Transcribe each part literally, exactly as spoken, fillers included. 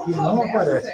aqui não aparece.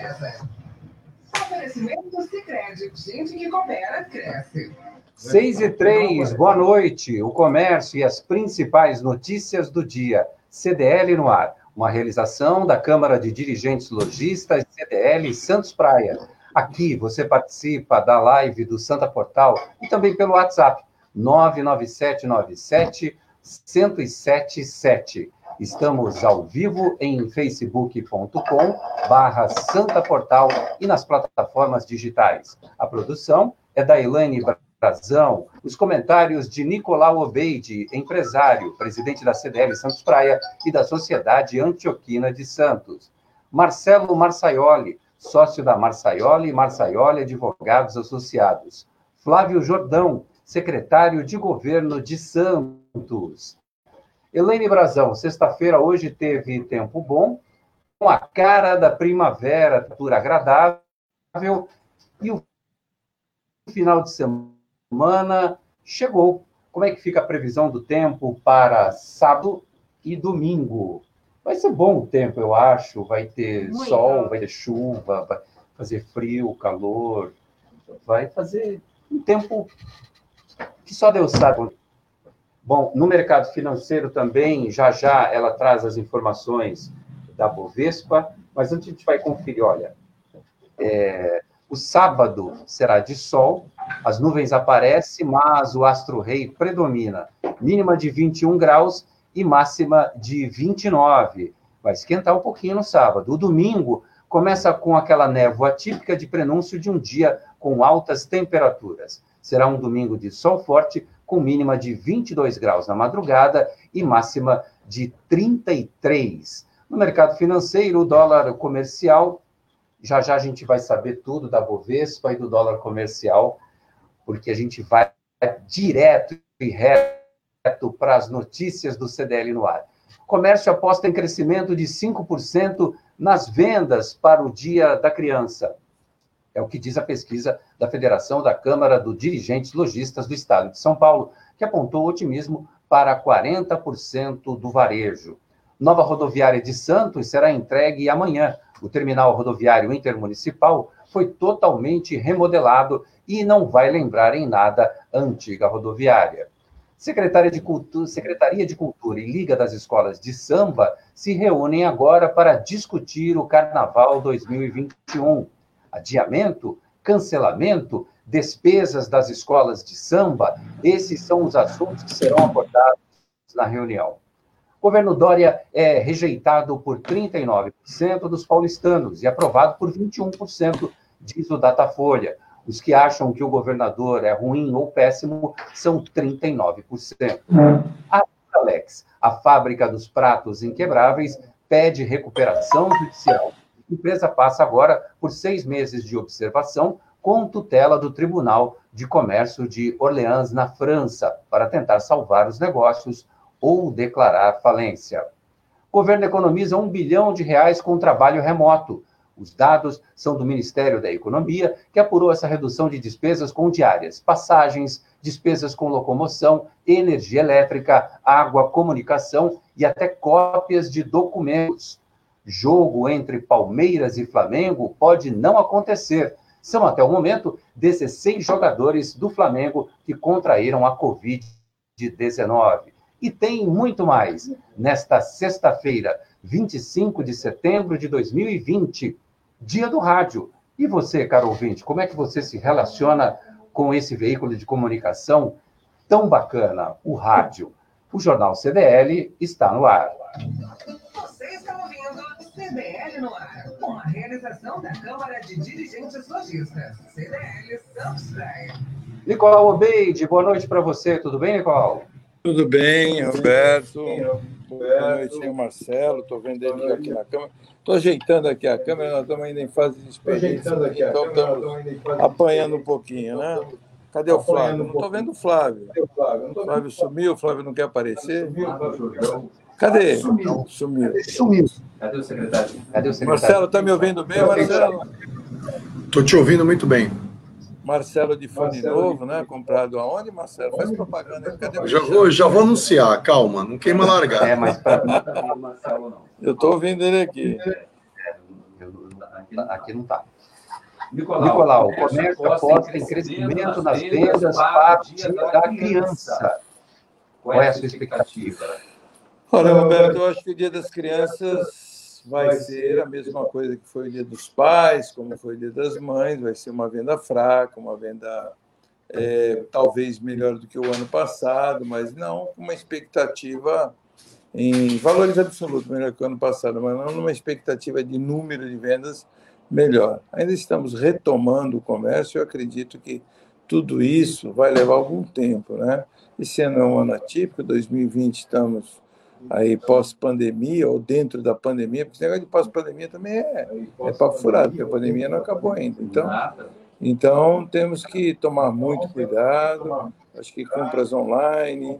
Oferecimento Sicredi. Gente que coopera, cresce. seis e três, boa noite. O comércio e as principais notícias do dia. C D L no ar. Uma realização da Câmara de Dirigentes Lojistas C D L Santos Praia. Aqui você participa da live do Santa Portal e também pelo WhatsApp nove nove sete nove sete um zero sete sete. Estamos ao vivo em facebook ponto com barra Santa Portal e nas plataformas digitais. A produção é da Elaine Brazão, os comentários de Nicolau Obeide, empresário, presidente da C D L Santos Praia e da Sociedade Antioquina de Santos. Marcelo Marçaioli, sócio da Marçaioli e Marçaioli Advogados Associados. Flávio Jordão, secretário de Governo de Santos. Elaine Brazão, sexta-feira hoje teve tempo bom, com a cara da primavera, temperatura agradável, e o final de semana chegou. Como é que fica a previsão do tempo para sábado e domingo? Vai ser bom o tempo, eu acho, vai ter Muito sol, bom. Vai ter chuva, vai fazer frio, calor, vai fazer um tempo que só Deus sabe. Bom, no mercado financeiro também, já já ela traz as informações da Bovespa, mas antes a gente vai conferir, olha, é, o sábado será de sol, as nuvens aparecem, mas o astro-rei predomina, mínima de vinte e um graus e máxima de vinte e nove. Vai esquentar um pouquinho no sábado. O domingo começa com aquela névoa típica de prenúncio de um dia com altas temperaturas. Será um domingo de sol forte, com mínima de vinte e dois graus na madrugada e máxima de trinta e três. No mercado financeiro, o dólar comercial, já já a gente vai saber tudo da Bovespa e do dólar comercial, porque a gente vai direto e reto para as notícias do C D L no ar. O comércio aposta em crescimento de cinco por cento nas vendas para o Dia da Criança. É o que diz a pesquisa da Federação da Câmara dos Dirigentes Lojistas do Estado de São Paulo, que apontou otimismo para quarenta por cento do varejo. Nova rodoviária de Santos será entregue amanhã. O terminal rodoviário intermunicipal foi totalmente remodelado e não vai lembrar em nada a antiga rodoviária. Secretaria de Cultura, Secretaria de Cultura e Liga das Escolas de Samba se reúnem agora para discutir o Carnaval dois mil e vinte e um. Adiamento, cancelamento, despesas das escolas de samba, esses são os assuntos que serão abordados na reunião. O governo Dória é rejeitado por trinta e nove por cento dos paulistanos e aprovado por vinte e um por cento, diz o Datafolha. Os que acham que o governador é ruim ou péssimo são trinta e nove por cento. A Alex, a fábrica dos pratos inquebráveis, pede recuperação judicial. A empresa passa agora por seis meses de observação com tutela do Tribunal de Comércio de Orleans, na França, para tentar salvar os negócios ou declarar falência. O governo economiza um bilhão de reais com trabalho remoto. Os dados são do Ministério da Economia, que apurou essa redução de despesas com diárias, passagens, despesas com locomoção, energia elétrica, água, comunicação e até cópias de documentos. Jogo entre Palmeiras e Flamengo pode não acontecer. São, até o momento, dezesseis jogadores do Flamengo que contraíram a covid dezenove. E tem muito mais. Nesta sexta-feira, vinte e cinco de setembro de dois mil e vinte, dia do rádio. E você, caro ouvinte, como é que você se relaciona com esse veículo de comunicação tão bacana, o rádio? O Jornal C D L está no ar. Você está ouvindo C D L no ar, uma realização da Câmara de Dirigentes Lojistas, C D L Santos Praia. Nicolau Obeide, boa noite para você, tudo bem, Nicolau? Tudo bem, Roberto. Boa noite, Marcelo. Estou vendo ele aqui na câmera. Estou ajeitando aqui a câmera, nós estamos ainda em fase de experiência, então estamos apanhando um pouquinho, né? Cadê o Flávio? Não estou vendo o Flávio. O Flávio sumiu, o Flávio não quer aparecer. Cadê? Sumiu. Sumiu. Sumiu. Cadê o secretário? Cadê o secretário? Marcelo, está me ouvindo bem, Marcelo? Estou te ouvindo muito bem. Marcelo de fone Marcelo novo, de... né? Comprado aonde, Marcelo? Faz propaganda aí. Cadê o já vou, já vou anunciar, calma, não queima largar. É, mas para mim, Marcelo não. Eu estou ouvindo ele aqui. Eu aqui não está. Nicolau, o comércio aposta em crescimento nas vendas para o dia da criança. Qual é a sua expectativa? Olha, Roberto, eu acho que o Dia das Crianças vai ser a mesma coisa que foi o Dia dos Pais, como foi o Dia das Mães, vai ser uma venda fraca, uma venda é, talvez melhor do que o ano passado, mas não com uma expectativa em valores absolutos melhor que o ano passado, mas não numa expectativa de número de vendas melhor. Ainda estamos retomando o comércio, eu acredito que tudo isso vai levar algum tempo, né? Esse ano é um ano atípico, dois mil e vinte estamos aí pós-pandemia ou dentro da pandemia, porque esse negócio de pós-pandemia também é, é papo furado, porque a pandemia não acabou ainda. Então, então temos que tomar muito cuidado, acho que compras online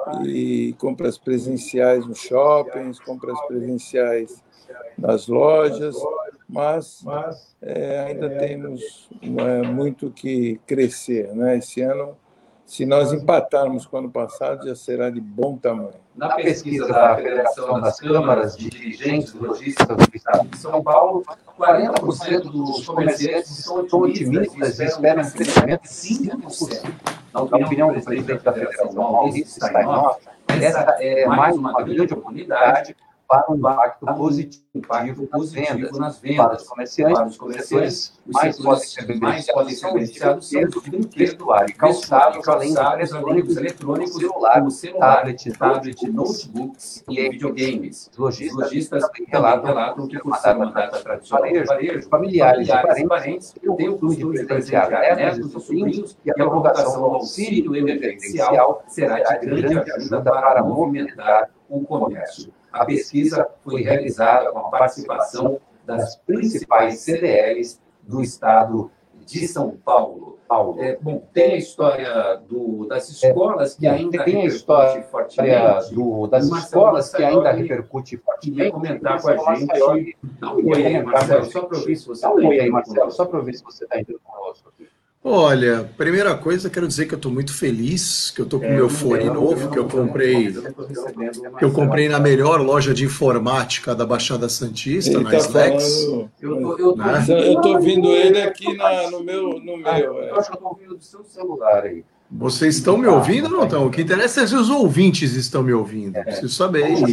e compras presenciais nos shoppings, compras presenciais nas lojas, mas é, ainda temos é, muito que crescer, né? Esse ano, se nós empatarmos com o ano passado, já será de bom tamanho. Na pesquisa da Federação das Câmaras de Dirigentes Lojistas do Estado de São Paulo, quarenta por cento dos comerciantes são otimistas e esperam um crescimento de cinco por cento. Na opinião do presidente da Federação, Maurício Steinoff, essa é mais uma grande oportunidade para um impacto positivo, impacto positivo nas vendas. Para os comerciantes, para os comerciantes os mais podem ser beneficiados são os brinquedos, vestuário e calçados, além dos eletrônicos, celular, como celular, tablet, tablet, notebooks e videogames. Os lojistas, lojistas também relatam que, por ser uma data tradicional de varejo, familiares e parentes têm o costume de presentear netos e sobrinhos, e a prorrogação do auxílio emergencial será de grande ajuda para movimentar o comércio. A pesquisa foi realizada com a participação das principais C D Ls do estado de São Paulo. Paulo. É, bom, tem a história do, das escolas que ainda tem a história do, das escolas que ainda repercute fortemente. Queria comentar com a gente. Dá um oi aí, Marcelo, só para eu ver se você está oi aí, Marcelo, só para eu ver se você está entrando conosco aqui. Olha, primeira coisa, quero dizer que eu estou muito feliz, que eu estou com o é, meu fone eu, novo, eu, que eu comprei que eu comprei na melhor loja de informática da Baixada Santista, ele na tá Slex. Eu estou ouvindo ele aqui na, no meu... No meu é. Eu acho que eu estou ouvindo do seu celular aí. Vocês estão me ouvindo ou não estão? O que interessa é se os ouvintes estão me ouvindo. Preciso saber isso.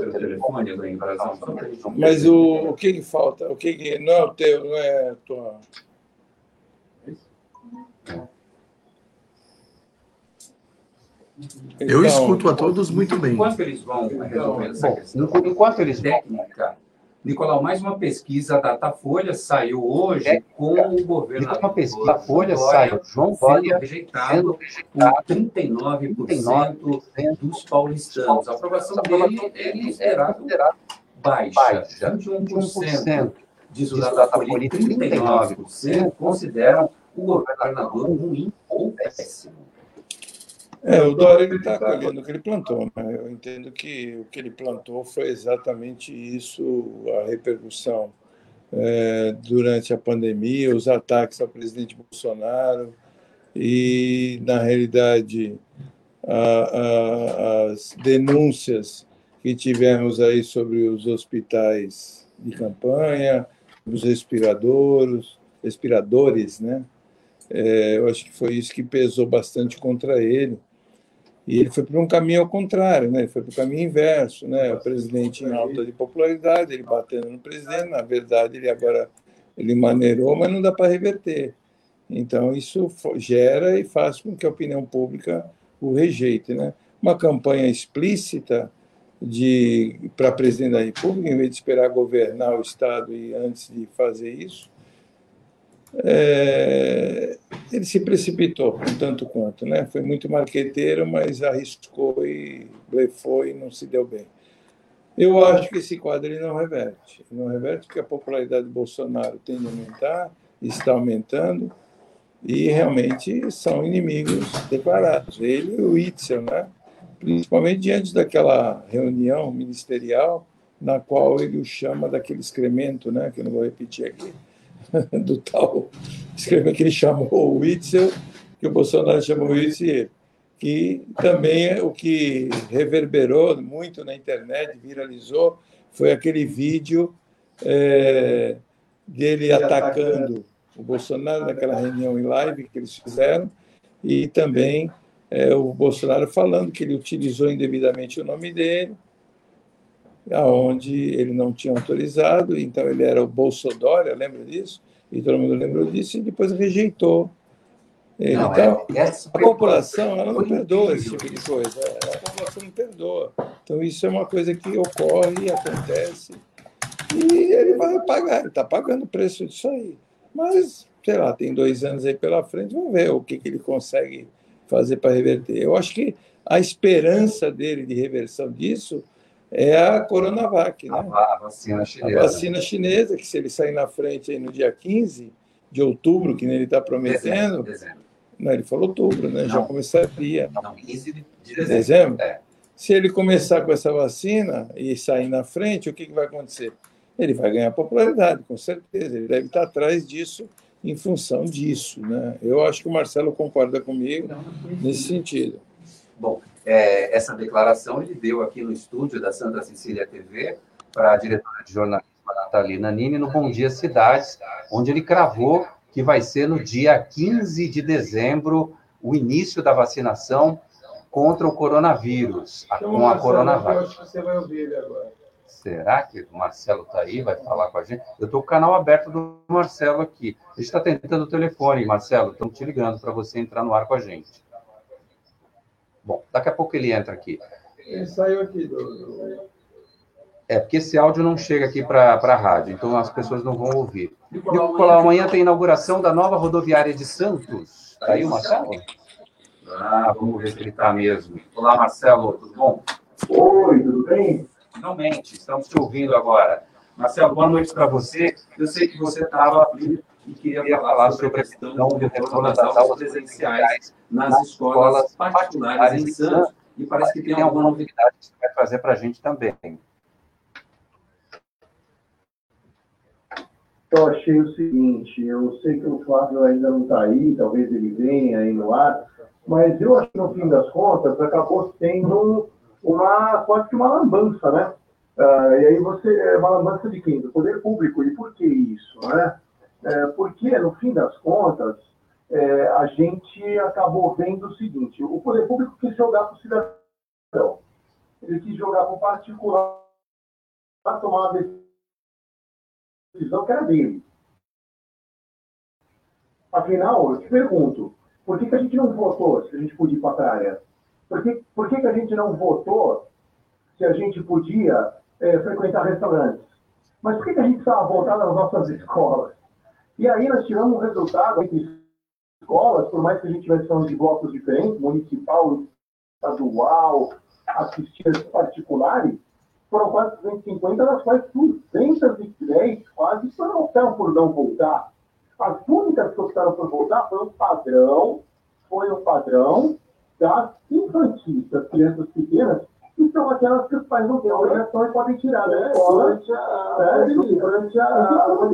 Mas o, o que, que falta? O que, que não é o teu, não é a tua... Eu então, escuto a todos muito bem. Enquanto eles vão resolvendo essa questão enquanto eles técnica, Nicolau, mais uma pesquisa da Datafolha saiu hoje é, com o governo. Uma pesquisa da Folha saiu, João Dória rejeitado por trinta e nove por cento dos paulistanos. A aprovação dele é considerada baixa, vinte e um por cento. Diz o Datafolha, trinta e nove por cento consideram o governador ruim ou péssimo. É, o Dória está colhendo o que ele plantou, né? Eu entendo que o que ele plantou foi exatamente isso, a repercussão é, durante a pandemia, os ataques ao presidente Bolsonaro e, na realidade, a, a, as denúncias que tivemos aí sobre os hospitais de campanha, os respiradores, respiradores, né? É, eu acho que foi isso que pesou bastante contra ele. E ele foi para um caminho ao contrário, né? Ele foi para o caminho inverso, né? O presidente em alta de popularidade, ele batendo no presidente, na verdade ele agora ele maneirou, mas não dá para reverter. Então isso gera e faz com que a opinião pública o rejeite, né? Uma campanha explícita de para presidente da República, em vez de esperar governar o Estado e antes de fazer isso, É, ele se precipitou, um tanto quanto, né? Foi muito marqueteiro, mas arriscou e blefou e não se deu bem. Eu acho que esse quadro ele não reverte. Não reverte porque a popularidade do Bolsonaro tende a aumentar, está aumentando, e realmente são inimigos declarados. Ele e o Witzel, né? Principalmente diante daquela reunião ministerial na qual ele o chama daquele excremento, né? Que eu não vou repetir aqui, do tal escreveu que ele chamou o Witzel, que o Bolsonaro chamou o Witzel, que também é o que reverberou muito na internet, viralizou, foi aquele vídeo é, dele atacando o Bolsonaro naquela reunião em live que eles fizeram, e também é, o Bolsonaro falando que ele utilizou indevidamente o nome dele, aonde ele não tinha autorizado, então ele era o Bolsodória, lembra disso? E todo mundo lembrou disso, e depois rejeitou ele. Não, então, é, a população ela não perdoa esse tipo de coisa, a população não perdoa. Então, isso é uma coisa que ocorre, acontece, e ele vai pagar, ele está pagando o preço disso aí. Mas, sei lá, tem dois anos aí pela frente, vamos ver o que, que ele consegue fazer para reverter. Eu acho que a esperança dele de reversão disso é a Coronavac, né? A vacina chinesa. A vacina chinesa, que se ele sair na frente aí no dia quinze de outubro, que ele está prometendo... Dezembro, dezembro. Não, ele falou outubro, né? Não, já começaria. Não, quinze de dezembro. Dezembro? É. Se ele começar com essa vacina e sair na frente, o que, que vai acontecer? Ele vai ganhar popularidade, com certeza. Ele deve estar atrás disso, em função disso, né? Eu acho que o Marcelo concorda comigo nesse sentido. Bom, é, essa declaração ele deu aqui no estúdio da Santa Cecília T V para a diretora de jornalismo, Natalina Nini, no Bom Dia Cidades, onde ele cravou que vai ser no dia quinze de dezembro o início da vacinação contra o coronavírus, então, com a Coronavac. Eu acho que você vai ouvir ele agora. Será que o Marcelo está aí, vai falar com a gente? Eu estou com o canal aberto do Marcelo aqui. A gente está tentando o telefone, Marcelo, estamos te ligando para você entrar no ar com a gente. Bom, daqui a pouco ele entra aqui. Ele saiu aqui do... do... É, porque esse áudio não chega aqui para a rádio, então as pessoas não vão ouvir. Nicolau, amanhã tem inauguração da nova rodoviária de Santos. Está aí o Marcelo? Ah, vamos ver se ele está mesmo. Olá, Marcelo, tudo bom? Oi, tudo bem? Finalmente, estamos te ouvindo agora. Marcelo, boa noite para você. Eu sei que você estava e queria falar sobre a questão do retorno das aulas presenciais nas escolas particulares em Santos. E parece que tem alguma novidade que você vai trazer para a gente também. Eu achei o seguinte, eu sei que o Flávio ainda não está aí, talvez ele venha aí no ar, mas eu acho que no fim das contas acabou sendo uma, quase que uma lambança, né? Ah, e aí você, é uma lambança de quem? Do poder público. E por que isso, né? É, porque, no fim das contas, é, a gente acabou vendo o seguinte, o poder público quis jogar para o cidadão, ele quis jogar para o particular para tomar uma decisão que era dele. Afinal, eu te pergunto, por que, que a gente não votou se a gente podia ir para a praia? Por que, por que, que a gente não votou se a gente podia é, frequentar restaurantes? Mas por que, que a gente precisava voltar nas nossas escolas? E aí nós tivemos um resultado entre escolas, por mais que a gente tivesse falando de blocos diferentes, municipal, estadual, assistidas particulares, foram quase duzentas e cinquenta, das quais duzentas e dez quase foram optaram por não voltar. As únicas que optaram por voltar foi o padrão, foi o padrão das infantis, das crianças pequenas, que são aquelas que os pais não têm obrigação e podem tirar da escola durante a... Durante a... As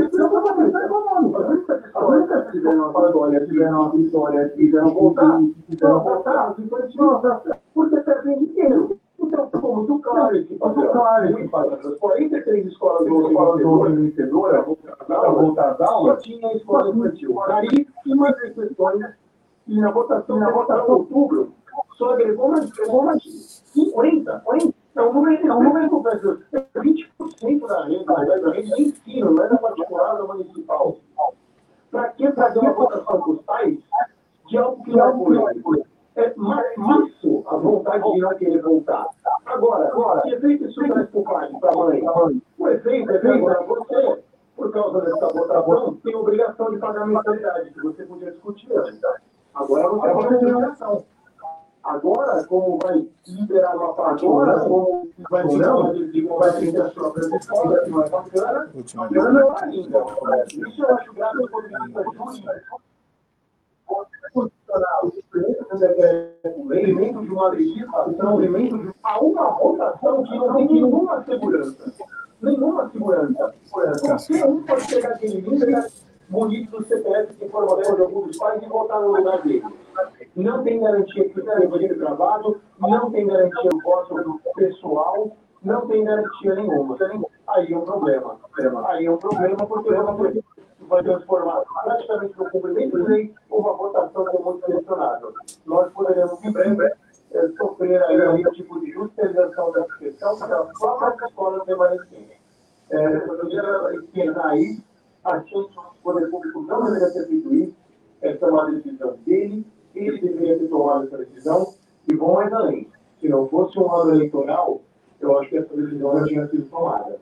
únicas que tiveram uma vitória, tiveram uma vitória, quiseram voltar, quiseram voltar, os infantis, porque perdem dinheiro. Então, ficou muito claro que ficou claro que as quarenta e três escolas do vencedora para voltar às aulas, só tinha escola infantil. Caríssimas exceções, e na votação, na votação de outubro, só agregou mais, agregou mais cinquenta, quarenta. É um número, é um número complexo. É vinte por cento da renda, da renda de ensino, não é da particular, da municipal. Para que fazer uma votação dos pais de algo que não foi? É maço a vontade de não querer voltar. Agora, agora, que efeito isso traz para o pai, para a mãe? O efeito é que agora você, por causa dessa votação, tem obrigação de pagar a mensalidade, que você podia discutir antes. Agora você vai ter obrigação. Agora, como vai liberar uma parte, agora, como vai ter vai ter as próprias escolas, que não é bacana, bacana ainda. Isso eu acho grave do ponto de vista jurídico. Constitucional, o elemento de uma legislação, o elemento de uma votação que não tem nenhuma segurança. Nenhuma segurança. Qualquer um pode pegar aquele livro bonito do C P F que informação de alguns pais e votar no lugar dele. Não tem garantia que você tenha trabalho, não tem garantia do voto pessoal, não tem garantia nenhuma. aí é um problema. Aí é um problema porque você vai transformar praticamente no cumprimento de lei uma votação que é muito questionável. Nós poderemos, em breve, sofrer aí um tipo de judicialização dessa questão para as próprias escolas remanescentes. É, eu queria encerrar aí, achando que o poder público não deveria ter feito isso, essa é uma decisão dele, ele deveria ter tomado essa decisão, e vão mais além. Se não fosse um ano eleitoral, eu acho que essa decisão já tinha sido tomada.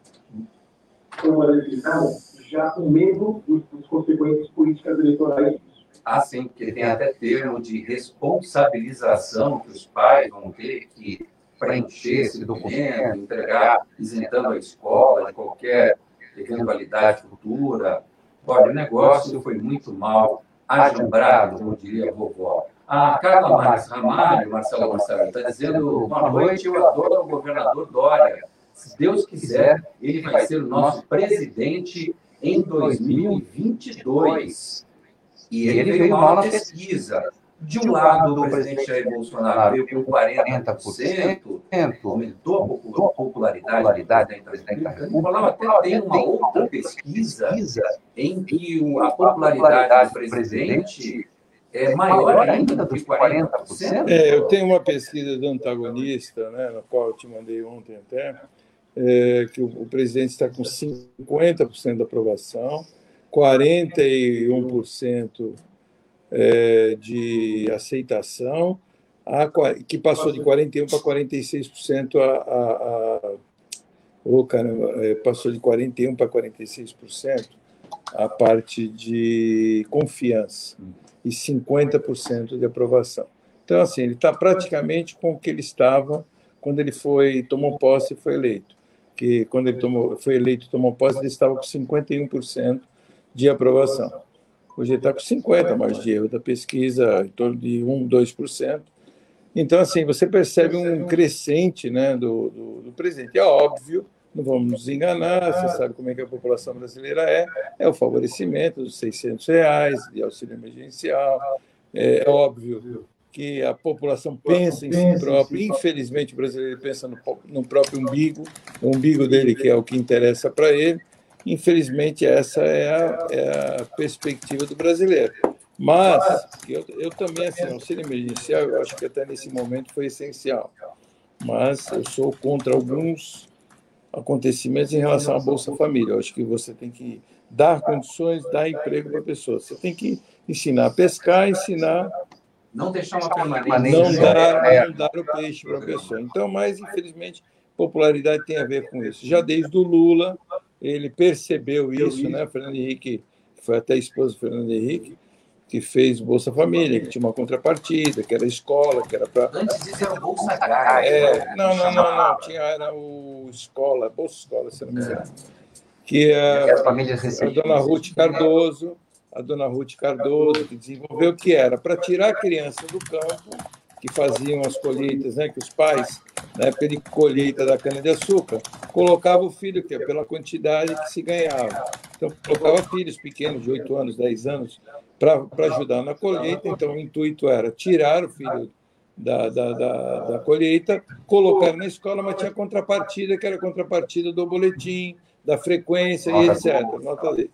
Foi uma decisão já com medo dos, dos consequências políticas eleitorais disso. Ah, sim, porque tem até termo de responsabilização que os pais vão ter que preencher esse documento, entregar, isentando a escola de qualquer eventualidade futura. Olha, o negócio foi muito mal ajambrado, como diria a vovó. A Carla Marques Ramalho, Marcelo Marcelo, está dizendo: boa noite, eu adoro o governador Dória. Se Deus quiser, ele vai ser o nosso presidente em dois mil e vinte e dois. E ele veio mal na pesquisa. De um lado, o presidente Jair Bolsonaro veio com quarenta por cento, aumentou a popularidade da presidente da República. Até tem uma outra pesquisa em que a popularidade do presidente é maior ainda do que quarenta por cento. É, eu tenho uma pesquisa do Antagonista, né, na qual eu te mandei ontem até, é, que o, o presidente está com cinquenta por cento da aprovação, quarenta e um por cento é, de aceitação, a, que passou de quarenta e um por cento para quarenta e seis por cento a... a, a oh, caramba, é, passou de quarenta e um por cento para quarenta e seis por cento a parte de confiança e cinquenta por cento de aprovação. Então, assim, ele está praticamente com o que ele estava quando ele foi, tomou posse e foi eleito. Que quando ele tomou, foi eleito e tomou posse, ele estava com cinquenta e um por cento de aprovação. Hoje ele está com cinquenta por cento, a margem de erro da pesquisa, em torno de um, dois por cento. Então, assim, você percebe um crescente, né, do, do, do presidente. É óbvio, não vamos nos enganar, você sabe como é que a população brasileira é, é o favorecimento dos seiscentos reais de auxílio emergencial. É óbvio que a população pensa em si própria. Infelizmente, o brasileiro pensa no, no próprio umbigo, o umbigo dele, que é o que interessa para ele. Infelizmente, essa é a, é a perspectiva do brasileiro. Mas, eu, eu também, assim, o auxílio emergencial, eu acho que até nesse momento foi essencial. Mas eu sou contra alguns acontecimentos em relação à Bolsa Família. Eu acho que você tem que dar condições, dar emprego para a pessoa. Você tem que ensinar a pescar, ensinar... Não deixar uma permanência. Não dar, não dar o peixe para a pessoa. Então, mas, infelizmente, popularidade tem a ver com isso. Já desde o Lula, ele percebeu isso, né? Fernando Henrique, foi até a esposa do Fernando Henrique, que fez Bolsa Família, que tinha uma contrapartida, que era escola, que era para... Antes disso era o Bolsa Agrária. É, não, não, não, não, tinha, era o Escola, Bolsa Escola, se não me engano. Que a, a dona Ruth Cardoso, a dona Ruth Cardoso, que desenvolveu, que era para tirar a criança do campo, que faziam as colheitas, né, que os pais, na época de colheita da cana-de-açúcar, colocavam o filho, que é pela quantidade que se ganhava. Então, colocava filhos pequenos, de oito anos, dez anos, para ajudar na colheita. Então, o intuito era tirar o filho da, da, da, da colheita, colocar na escola, mas tinha contrapartida, que era a contrapartida do boletim, da frequência e etcétera. Nota dele.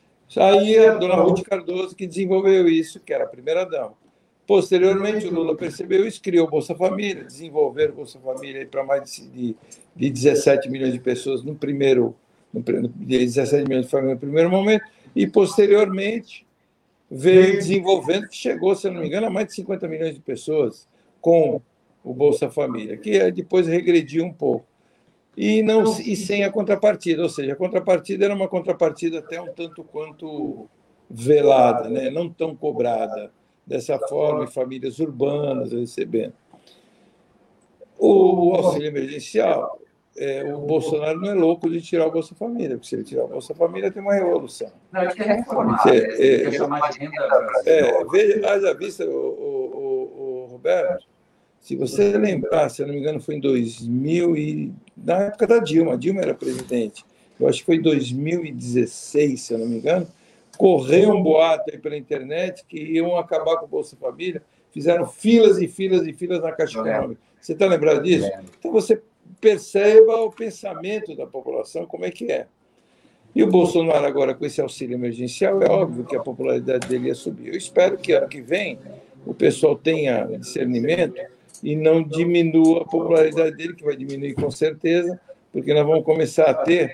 Aí a dona Ruth Cardoso que desenvolveu isso, que era a primeira-dama. Posteriormente, o Lula percebeu isso, criou o Bolsa Família, desenvolveram o Bolsa Família para mais de, de dezessete milhões de pessoas no primeiro, no, de dezessete milhões de famílias no primeiro momento, e posteriormente veio desenvolvendo, que chegou, se eu não me engano, a mais de cinquenta milhões de pessoas com o Bolsa Família, que depois regrediu um pouco. E, não, e sem a contrapartida, ou seja, a contrapartida era uma contrapartida até um tanto quanto velada, né? Não tão cobrada, dessa forma, em famílias urbanas recebendo. O auxílio emergencial, é, o Bolsonaro não é louco de tirar o Bolsa Família, porque se ele tirar o Bolsa Família tem uma revolução. Não, ele quer reformar, é, ele é, quer chamar de renda brasileira. É, veja, haja vista, o, o, o, o Roberto, se você lembrar, se eu não me engano, foi em dois mil e... Na época da Dilma, a Dilma era presidente. Eu acho que foi em dois mil e dezesseis, se eu não me engano, correu um boato aí pela internet que iam acabar com o Bolsa Família, fizeram filas e filas e filas na Caixa Econômica. Você está lembrado disso? Então, você perceba o pensamento da população, como é que é. E o Bolsonaro agora, com esse auxílio emergencial, é óbvio que a popularidade dele ia subir. Eu espero que ano que vem o pessoal tenha discernimento e não diminua a popularidade dele, que vai diminuir com certeza, porque nós vamos começar a ter,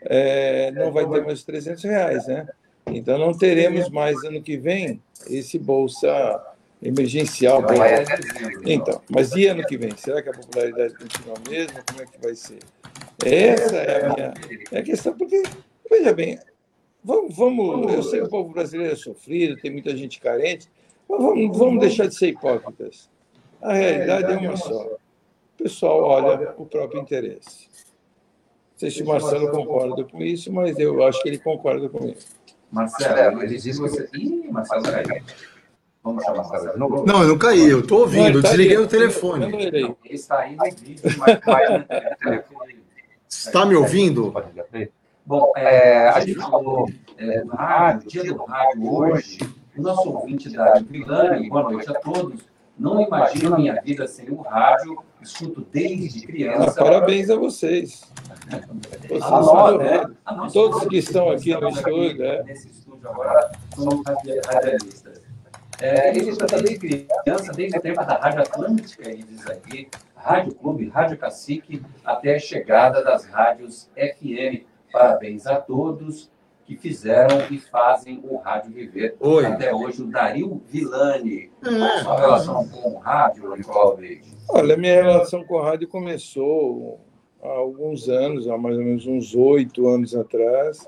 é, não vai ter mais os trezentos reais, né? Então não teremos mais ano que vem esse Bolsa Emergencial. Então, mas e ano que vem? Será que a popularidade continua a mesma? Como é que vai ser? Essa é a minha é a questão, porque, veja bem, vamos, vamos, eu sei que o povo brasileiro é sofrido, tem muita gente carente, mas vamos, vamos deixar de ser hipócritas. A realidade é uma só. O pessoal olha o próprio interesse. Não sei se o Marcelo concorda com isso, mas eu acho que ele concorda comigo. Marcelo, ele disse que você... Ih, Marcelo caiu. Vamos chamar Marcelo de novo? Não, eu não caí, eu estou ouvindo, eu Tá desliguei aí, o telefone. Ele está aí no vídeo, mas vai no telefone. Está me ouvindo? Bom, é, a gente falou é, do rádio, dia do rádio hoje. O nosso ouvinte da Vilani, boa noite a todos. Não imagino a minha vida sem o rádio, escuto desde criança. Ah, parabéns a vocês. Vocês A são nós, do né? rádio. A nós Todos que estão aqui no estúdio, é. Nesse estúdio agora, somos radialistas. É, ele escuta desde criança, desde o tempo da Rádio Atlântica, ele diz aqui, Rádio Clube, Rádio Cacique, até a chegada das rádios F M. Parabéns a todos que fizeram e fazem o rádio viver. Oi. Até hoje, o Dario Vilani. Qual é a sua relação com o rádio, Nicolau Leite? Olha, minha relação com a rádio começou há alguns anos, há mais ou menos uns oito anos atrás,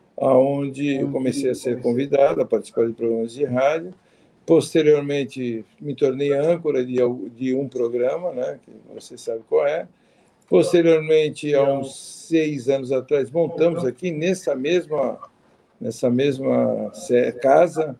onde eu comecei a ser convidado a participar de programas de rádio. Posteriormente, me tornei âncora de, de um programa, né, que você sabe qual é. Posteriormente, há uns seis anos atrás, montamos aqui nessa mesma, nessa mesma casa,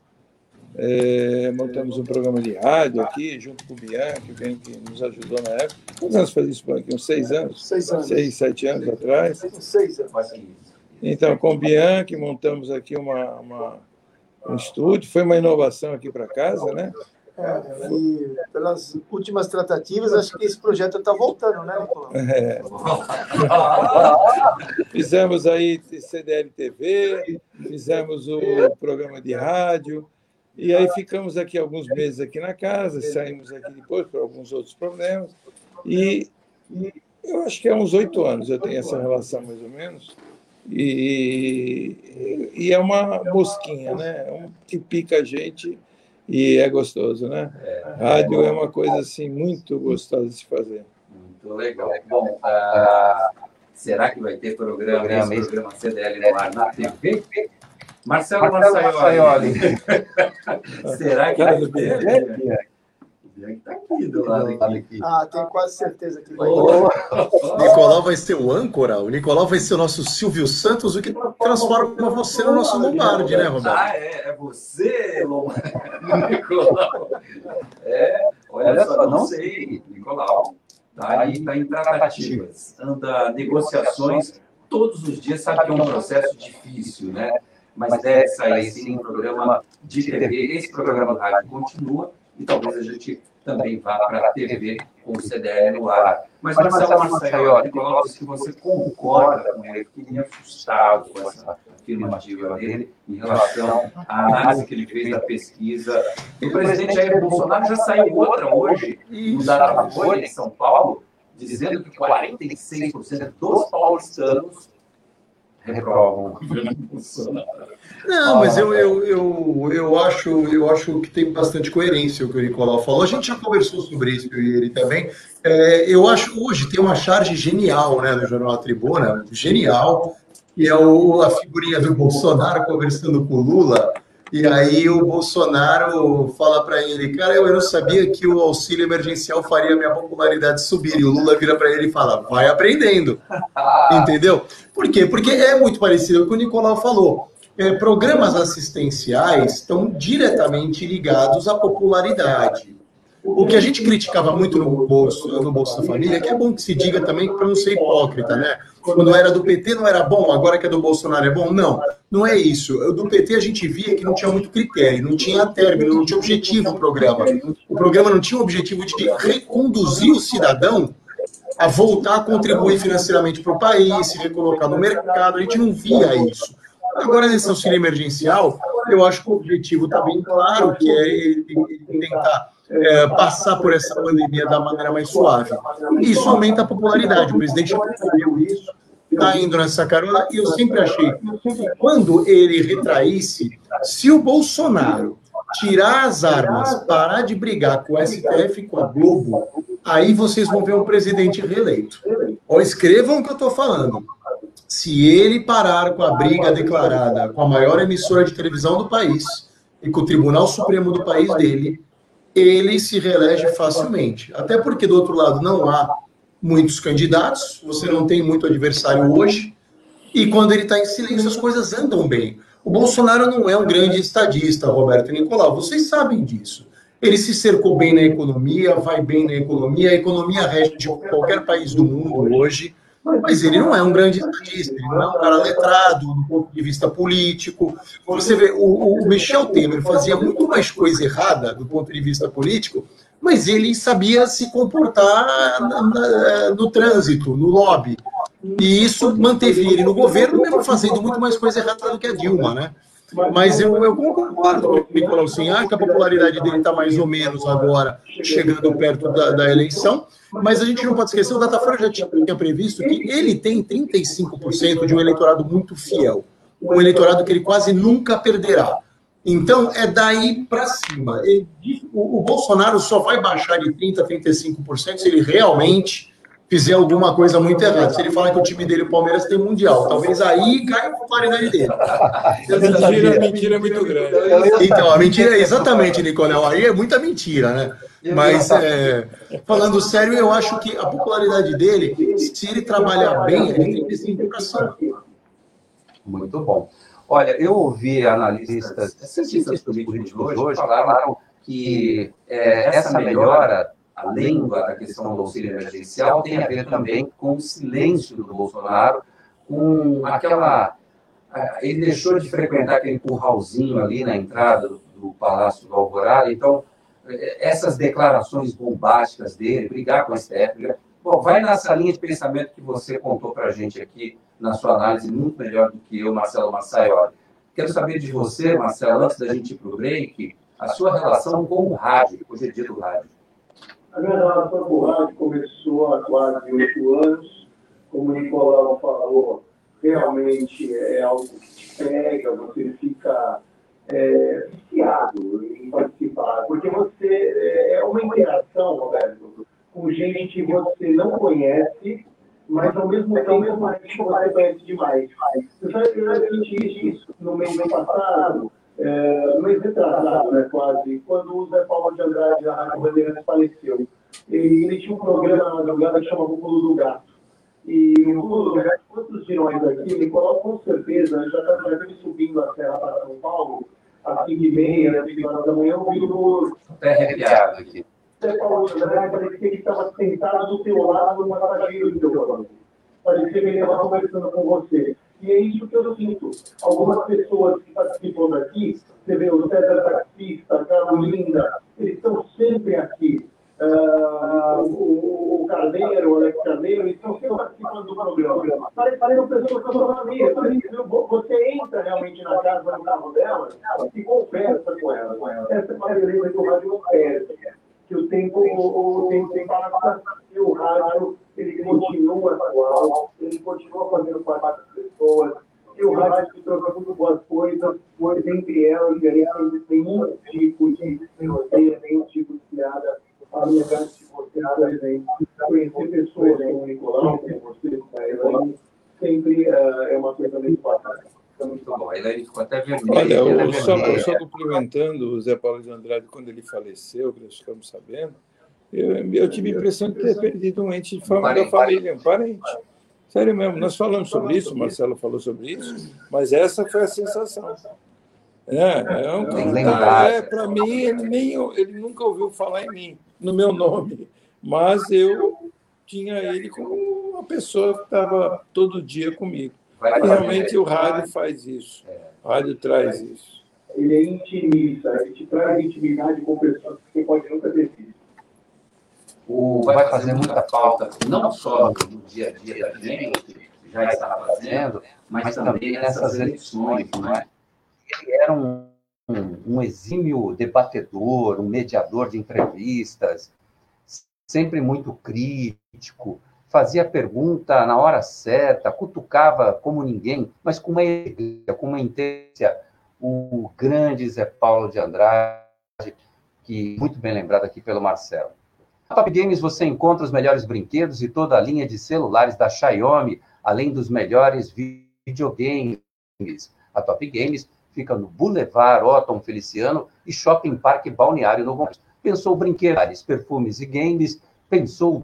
é, montamos um programa de rádio aqui, junto com o Bianchi, que nos ajudou na época. Quantos anos faz isso por aqui? Uns seis anos? Seis anos. Seis, sete anos atrás. Seis anos. Então, com o Bianchi, montamos aqui uma, uma, um estúdio. Foi uma inovação aqui para casa, né? É, e pelas últimas tratativas, acho que esse projeto está voltando, né, Nicolau? É. Fizemos aí C D L T V, fizemos o programa de rádio, e aí ficamos aqui alguns meses aqui na casa, saímos aqui depois por alguns outros problemas, e, e eu acho que há uns oito anos eu tenho essa relação, mais ou menos, e, e é uma mosquinha, né? É um que pica a gente. E é gostoso, né? Rádio é uma coisa assim muito gostosa de se fazer. Muito legal. Bom, uh, será que vai ter programa, programa esse programa C D L no ar na T V? Marcelo Massaioli. Será que vai ter? O Bianchi está aqui do lado aqui. Ah, tenho quase certeza que vai ter. O Nicolau vai ser o âncora, o Nicolau vai ser o nosso Silvio Santos, o que transforma você no nosso Lombardi, né, Roberto? Ah, é, é você, Lombardi. Nicolau. É, olha, olha só, não sei, Nicolau. Tá aí, está em tratativas, anda negociações todos os dias, sabe que é um processo difícil, né? Mas deve sair sim um programa de T V. Esse programa do rádio continua e talvez a gente também vá para a T V com o C D L no ar. Mas, Marcelo Massaioli, Nicolau disse que você concorda com ele, que ele é assustado com essa afirmativa dele em relação à análise que ele fez da pesquisa. O presidente Jair Bolsonaro já saiu outra hoje, no Datafolha, em São Paulo, dizendo que quarenta e seis por cento dos paulistanos reprovam o governo Bolsonaro. Não, mas eu, eu, eu, eu, acho, eu acho que tem bastante coerência o que o Nicolau falou. A gente já conversou sobre isso, eu e ele também. É, eu acho hoje tem uma charge genial, né, no Jornal A Tribuna, genial, e é o, a figurinha do Bolsonaro conversando com o Lula, e aí o Bolsonaro fala para ele, cara, eu não sabia que o auxílio emergencial faria minha popularidade subir, e o Lula vira para ele e fala, vai aprendendo, entendeu? Por quê? Porque é muito parecido com o que o Nicolau falou. É, programas assistenciais estão diretamente ligados à popularidade. O que a gente criticava muito no Bolsa, no Bolsa Família, que é bom que se diga também para não ser hipócrita, né? Quando era do P T não era bom, agora que é do Bolsonaro é bom? Não, não é isso. Do P T a gente via que não tinha muito critério, não tinha término, não tinha objetivo o programa. O programa não tinha o objetivo de reconduzir o cidadão a voltar a contribuir financeiramente para o país, se recolocar no mercado. A gente não via isso. Agora, nesse auxílio emergencial, eu acho que o objetivo está bem claro, que é ele, ele tentar é, passar por essa pandemia da maneira mais suave. E isso aumenta a popularidade. O presidente já percebeu isso, está indo nessa carona, e eu sempre achei que quando ele retraísse, se o Bolsonaro tirar as armas, parar de brigar com o S T F e com a Globo, aí vocês vão ver um presidente reeleito. Ou escrevam o que eu estou falando. Se ele parar com a briga declarada com a maior emissora de televisão do país e com o Tribunal Supremo do país dele, ele se reelege facilmente. Até porque, do outro lado, não há muitos candidatos, você não tem muito adversário hoje, e quando ele está em silêncio, as coisas andam bem. O Bolsonaro não é um grande estadista, Roberto e Nicolau, vocês sabem disso. Ele se cercou bem na economia, vai bem na economia, a economia rege de qualquer país do mundo hoje, mas ele não é um grande estadista, ele não é um cara letrado do ponto de vista político. Você vê, o, o Michel Temer fazia muito mais coisa errada do ponto de vista político, mas ele sabia se comportar na, na, no trânsito, no lobby. E isso manteve ele no governo, mesmo fazendo muito mais coisa errada do que a Dilma, né? Mas eu, eu concordo com o Nicolau Sinhá, que a popularidade dele está mais ou menos agora chegando perto da, da eleição, mas a gente não pode esquecer, o Datafolha já tinha previsto que ele tem trinta e cinco por cento de um eleitorado muito fiel, um eleitorado que ele quase nunca perderá. Então, é daí para cima. Ele, o, o Bolsonaro só vai baixar de trinta por cento a trinta e cinco por cento se ele realmente fizer alguma coisa muito errada. Se ele falar que o time dele, o Palmeiras, tem mundial, talvez aí caia a popularidade dele. Mentira, mentira é muito grande. Então, a mentira é exatamente, Nicolau, aí é muita mentira, né? Mas, é, falando sério, eu acho que a popularidade dele, se ele trabalhar bem, ele tem que ser educação. Muito bom. Olha, eu ouvi analistas, cientistas políticos hoje falaram que é, essa melhora, além da questão do auxílio emergencial, tem a ver também com o silêncio do Bolsonaro, com aquela... Ele deixou de frequentar aquele curralzinho ali na entrada do, do Palácio do Alvorada, então, essas declarações bombásticas dele, brigar com o S T F, bom, vai nessa linha de pensamento que você contou para a gente aqui, na sua análise, muito melhor do que eu, Marcelo Massaioli. Quero saber de você, Marcelo, antes da gente ir para o break, a sua relação com o rádio, hoje é dia do rádio. A minha relação com o rádio começou há quase oito anos. Como o Nicolau falou, realmente é algo que te pega, você fica é, viciado em participar, porque você é uma interação, Roberto, com gente que você não conhece, mas ao mesmo tempo você conhece demais. Eu só senti isso no mês passado, é, no mês retrasado, né, quase, quando o Zé Paulo de Andrade, da Rádio Bandeirantes, faleceu. Ele, ele tinha um programa na madrugada que chamava O Pulo do Gato. E o Pulo do Gato, quantos viram ainda aqui, me coloca com certeza, já estava subindo a serra para São Paulo, às cinco e meia, às cinco horas da manhã, ouvindo... Até arrepiado aqui. Zé Paulo de Andrade parecia que ele estava sentado do teu lado no passageiro do teu carro. Parecia que ele estava conversando com você. E é isso que eu sinto. Algumas pessoas que participam daqui, você vê o César Taxista, a Carolina, eles estão sempre aqui. Uh, o, o Carneiro, o Alex Carneiro, eles estão sempre participando do programa. Parecem pessoas da sua família. Você entra realmente na casa, no carro dela, e conversa com ela. Essa é uma beleza que o rádio não perde. Que o tempo, o tempo passa e o rádio ele continua atual, ele continua fazendo parte das pessoas, e o rádio se troca muito boas coisas, pois entre elas e aí nenhum tipo de roteiro, nenhum tipo de piada. A minha grande de você, por exemplo, conhecer pessoas como o Nicolau, como você, Elaine, sempre uh, é uma coisa muito bacana. Muito bom. Ele ficou até vermelho. Olha, eu só, só cumprimentando o Zé Paulo de Andrade quando ele faleceu, que nós ficamos sabendo, eu, eu tive a impressão de ter perdido um ente de fama da família, um parente. Sério mesmo, nós falamos sobre isso, o Marcelo falou sobre isso, mas essa foi a sensação. É, é um cara, é, para mim, ele, nem, ele nunca ouviu falar em mim, no meu nome, mas eu tinha ele como uma pessoa que estava todo dia comigo. E realmente o rádio faz isso, o rádio traz isso. Ele é intimista, ele te traz intimidade com pessoas que você pode nunca ter visto. O, o, vai fazer muita falta, não só no dia a dia da gente, que já está fazendo, mas também nessas eleições, não é? Ele era um, um, um exímio debatedor, um mediador de entrevistas, sempre muito crítico, fazia pergunta na hora certa, cutucava como ninguém, mas com uma elegância, com uma inteligência. O grande Zé Paulo de Andrade, que muito bem lembrado aqui pelo Marcelo. Na Top Games você encontra os melhores brinquedos e toda a linha de celulares da Xiaomi, além dos melhores videogames. A Top Games fica no Boulevard Otton Feliciano e Shopping Parque Balneário no Gonçalves. Pensou brinquedos, perfumes e games, pensou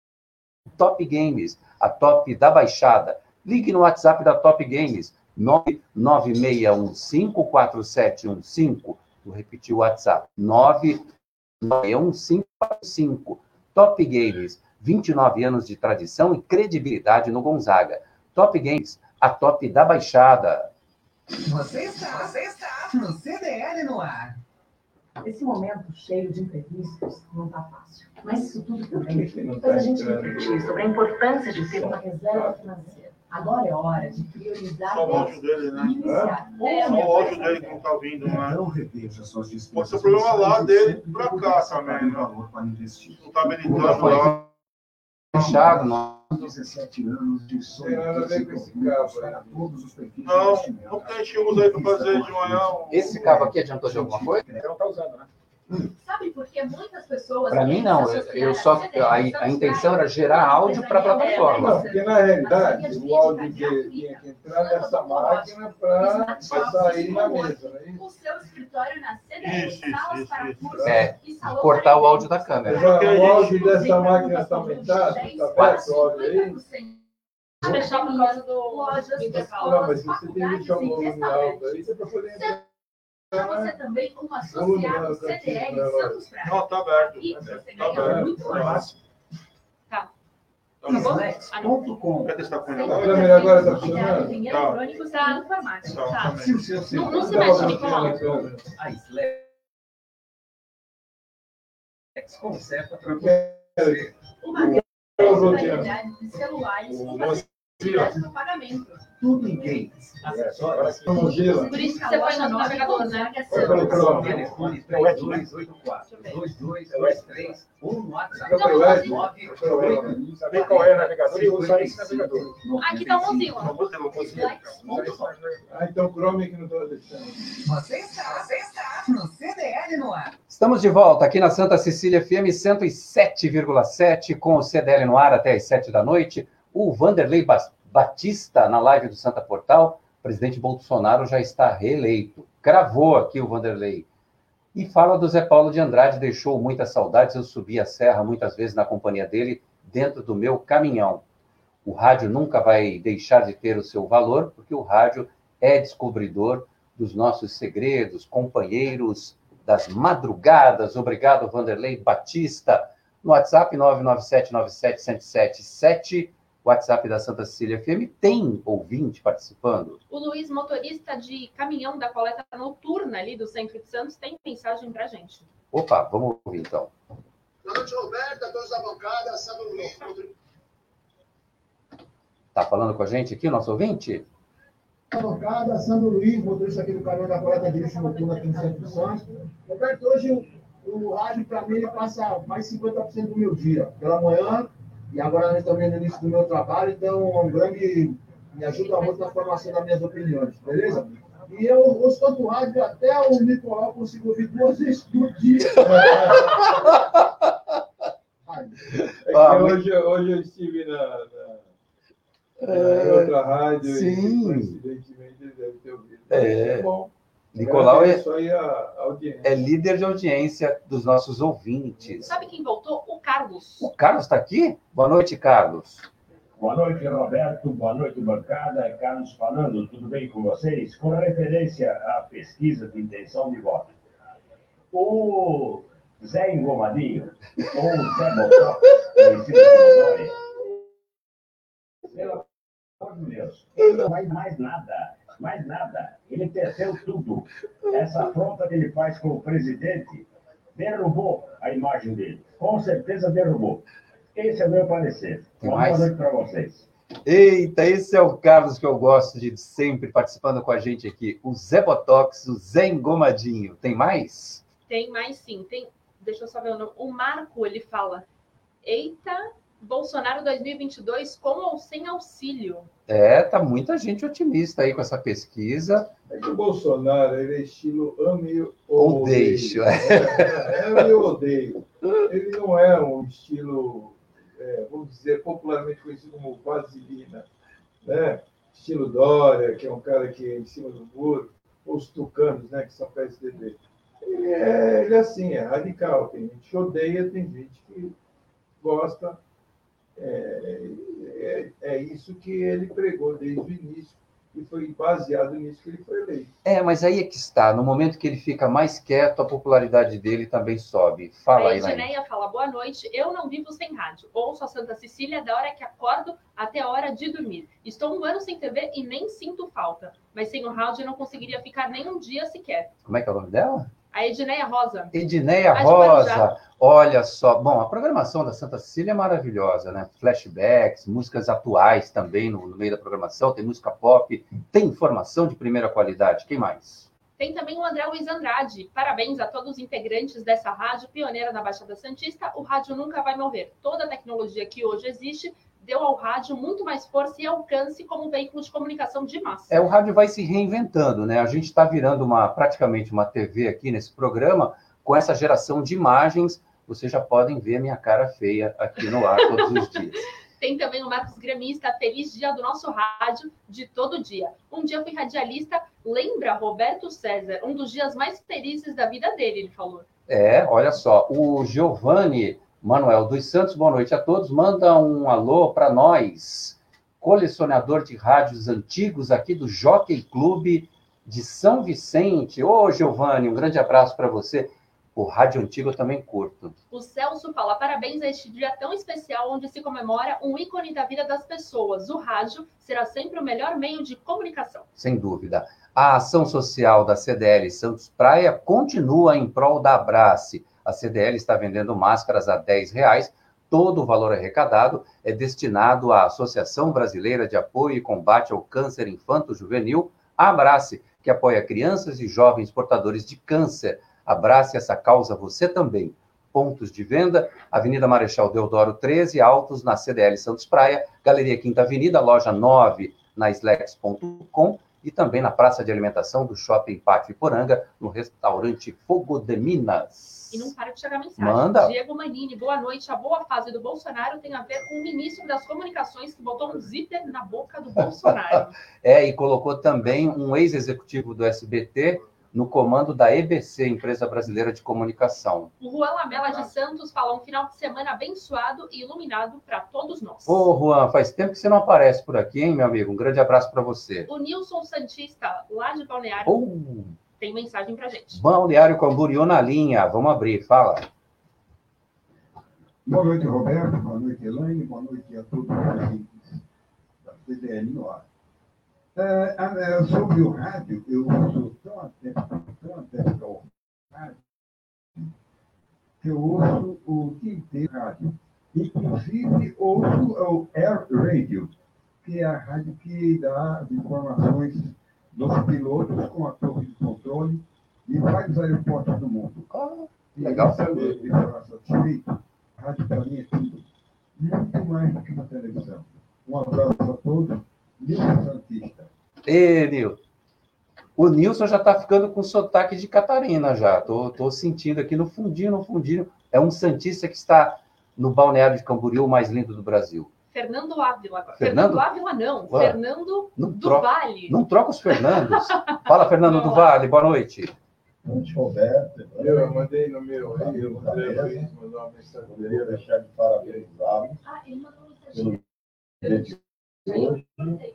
Top Games, a top da Baixada. Ligue no WhatsApp da Top Games, nove nove seis um cinco quatro sete um cinco. Vou repetir o WhatsApp, nove nove seis um cinco quatro cinco. Top Games, vinte e nove anos de tradição e credibilidade no Gonzaga. Top Games, a top da Baixada. Você está, você está no C D L no ar. Esse momento cheio de imprevistos não está fácil. Mas isso tudo também faz a gente refletir sobre a importância de ter uma reserva financeira. Agora é hora de priorizar... Só o áudio dele, né? Iniciar. É? Só o áudio dele que não está ouvindo, né? Não reveja suas despesas. Pode ser o problema lá dele para cá também, né? Não está habilitando lá. Fechado, não. dezessete anos de sonho. Tem nada a ver com esse cabo, né? Todos os perfis Não, não tem estímulos aí para fazer de manhã. Esse cabo aqui adiantou de alguma coisa? Não está usando, né? Sabe por que muitas pessoas... Para mim, não. Eu, eu só, a, a intenção era gerar áudio para a plataforma. Não, porque na realidade o áudio que tinha que entrar nessa máquina para sair na mesa, não é isso? O seu escritório na C D L, Isso, isso, salas isso, para isso. cursos É, e salão cortar para o áudio da eventos. câmera. Já, o áudio dessa máquina está aumentado? Está perto o áudio aí? Fechar por causa do lojas, Não, mas você tem que deixar o volume alto aí, você para poder entrar. Você também, como associado C D L Santos Praia. Não, está aberto. E você Está ganha aberto. muito mais. Tá. Tá bom? Flex ponto com. Quer testar com ele A agora? câmera agora está funcionando? Dinheiro Tá. eletrônico tá informática. Tá, Tá. também. Não, não se mexe, Nicolau. A Slex conserta para Uma variedade de celulares O com facilidade no pagamento. tudo em games. Acessórios. Mozilla. Por isso que você põe no navegador, né? Pelo Chrome. Telefone três dois oito quatro, dois dois dois três ou no WhatsApp. Pelo web. nove Pelo web. Saber qual é o navegador e usar esse navegador. Aqui tá o Mozilla. Ah, então Chrome que não estou deixando. Você está, você está no C D L no ar. Estamos de volta aqui na Santa Cecília F M cento e sete vírgula sete com o C D L no ar até as sete da noite. O Vanderlei Batista na live do Santa Portal. O presidente Bolsonaro já está reeleito. Cravou aqui o Vanderlei. E fala do Zé Paulo de Andrade, deixou muitas saudades. Eu subi a serra muitas vezes na companhia dele, dentro do meu caminhão. O rádio nunca vai deixar de ter o seu valor, porque o rádio é descobridor dos nossos segredos, companheiros das madrugadas. Obrigado, Vanderlei Batista. No WhatsApp nove nove sete nove sete zero sete sete, WhatsApp da Santa Cecília F M, tem ouvinte participando? O Luiz, motorista de caminhão da coleta noturna ali do centro de Santos, tem mensagem pra gente. Opa, vamos ouvir então. Boa noite, Roberto, a todos da bancada, sábado Luiz. Tá falando com a gente aqui, o nosso ouvinte? Bancada, Sandro Luiz, motorista aqui do caminhão da coleta de lixo noturno aqui no centro de Santos. Roberto, hoje o, o rádio para mim ele passa mais cinquenta por cento do meu dia, pela manhã, e agora nós estamos no início do meu trabalho, então é um grande, me ajuda muito na formação das minhas opiniões, beleza? E eu ouço tanto o rádio, até o Nicolau consigo ouvir duas vezes por dia. É que hoje, hoje eu estive na, na, na outra rádio sim. e coincidentemente ele deve ter ouvido. É. Bom. Nicolau é, Isso aí a audiência. é líder de audiência dos nossos ouvintes. Sabe quem voltou? O Carlos. O Carlos está aqui? Boa noite, Carlos. Boa noite, Roberto. Boa noite, bancada. É Carlos falando. Tudo bem com vocês? Com referência à pesquisa de intenção de voto. O Zé Engomadinho, ou o Zé Botó, conhecido como Dória, pelo amor de Deus, ele não faz mais nada. Mais nada. Ele perdeu tudo. Essa afronta que ele faz com o presidente derrubou a imagem dele. Com certeza derrubou. Esse é o meu parecer. Tem Uma mais? boa noite para vocês. Eita, esse é o Carlos que eu gosto de sempre participando com a gente aqui. O Zé Botox, o Zé Engomadinho. Tem mais? Tem mais sim. Tem... Deixa eu só ver o nome. O Marco, ele fala: eita, Bolsonaro dois mil e vinte e dois com ou sem auxílio? É, tá muita gente otimista aí com essa pesquisa. É que o Bolsonaro, ele é estilo ame ou Ou odeio. deixo. É, é, ame ou odeio. Ele não é um estilo, é, vamos dizer, popularmente conhecido como vaselina, né? Estilo Dória, que é um cara que é em cima do muro, ou os tucanos, né, que são P S D B. Ele é, ele é assim, é radical. Tem gente que odeia, tem gente que gosta. É, é, é isso que ele pregou desde o início e foi baseado nisso que ele foi eleito. É, mas aí é que está. No momento que ele fica mais quieto, a popularidade dele também sobe. Fala A aí, Nair. Edneia fala: boa noite, eu não vivo sem rádio. Ouço a Santa Cecília da hora que acordo até a hora de dormir. Estou um ano sem T V e nem sinto falta. Mas sem o rádio eu não conseguiria ficar nem um dia sequer. Como é que é o nome dela? A Edneia Rosa. Edneia Lá de Guarujá. Rosa, olha só. Bom, a programação da Santa Cecília é maravilhosa, né? Flashbacks, músicas atuais também no, no meio da programação, tem música pop, tem informação de primeira qualidade. Quem mais? Tem também o André Luiz Andrade. Parabéns a todos os integrantes dessa rádio pioneira na Baixada Santista. O rádio nunca vai morrer. Toda a tecnologia que hoje existe deu ao rádio muito mais força e alcance como veículo de comunicação de massa. É, o rádio vai se reinventando, né? A gente está virando uma, praticamente uma T V aqui nesse programa, com essa geração de imagens. Vocês já podem ver minha cara feia aqui no ar todos os dias. Tem também o Marcos Gremista, feliz dia do nosso rádio de todo dia. Um dia fui radialista, lembra Roberto César, um dos dias mais felizes da vida dele, ele falou. É, olha só, o Giovanni Manuel dos Santos, boa noite a todos, manda um alô para nós, colecionador de rádios antigos aqui do Jockey Clube de São Vicente. Ô, Giovanni, um grande abraço para você. O rádio antigo eu também curto. O Celso fala: parabéns a este dia tão especial onde se comemora um ícone da vida das pessoas. O rádio será sempre o melhor meio de comunicação. Sem dúvida. A ação social da C D L Santos Praia continua em prol da Abrace. A C D L está vendendo máscaras a dez reais. Todo o valor arrecadado é destinado à Associação Brasileira de Apoio e Combate ao Câncer Infanto-Juvenil, a Abrace, que apoia crianças e jovens portadores de câncer. Abrace essa causa você também. Pontos de venda: Avenida Marechal Deodoro treze, Altos, na C D L Santos Praia, Galeria Quinta Avenida, loja nove, na slex ponto com e também na praça de alimentação do Shopping Pátio Iporanga, no restaurante Fogo de Minas. E não para de chegar mensagem. Manda. Diego Manini, boa noite. A boa fase do Bolsonaro tem a ver com o ministro das Comunicações que botou um zíper na boca do Bolsonaro. É, e colocou também um ex-executivo do S B T no comando da E B C, Empresa Brasileira de Comunicação. O Juan Lamela de Santos fala: um final de semana abençoado e iluminado para todos nós. Ô, Juan, faz tempo que você não aparece por aqui, hein, meu amigo? Um grande abraço para você. O Nilson Santista, lá de Balneário, Oh, tem mensagem pra gente. Balneário Camboriú na linha. Vamos abrir, fala. Boa noite, Roberto. Boa noite, Elaine. Boa noite a todos os ouvintes da C D L no ar. É, sobre o rádio, eu sou tão atento, tão atento ao rádio, que eu ouço o dia inteiro rádio. Inclusive, ouço o Air Radio, que é a rádio que dá as informações dos pilotos com a torre de controle de vários aeroportos do mundo. Ah, legal. E de falar satisfeito, a rádio para mim é tudo. Muito mais do que uma televisão. Um abraço a todos. Nilson Santista. Ê, Nilson. O Nilson já está ficando com sotaque de Catarina já. Tô, tô sentindo aqui no fundinho, no fundinho. É um santista que está no Balneário de Camboriú, o mais lindo do Brasil. Fernando Ávila agora. Fernando? Fernando Ávila não. Ué, Fernando não do tro... Vale. Não troca os Fernandos. Fala, Fernando do Vale. Boa noite. Boa noite, Roberto. Eu, eu mandei no meu aí, o André Luiz mandou uma mensagem. Poderia deixar de parabenizá-los Ah, ele mandou uma mensagem. pelo dia de hoje.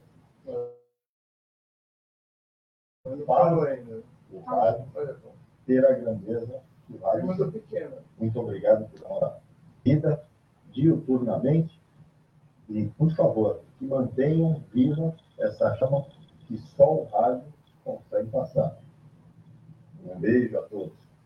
Fala ainda. O rádio ter a grandeza do rádio. Mandou pequena. Muito obrigado pela vida diuturnamente e, por favor, que mantenham viva essa chama que só o rádio consegue passar. Um beijo a todos. Muito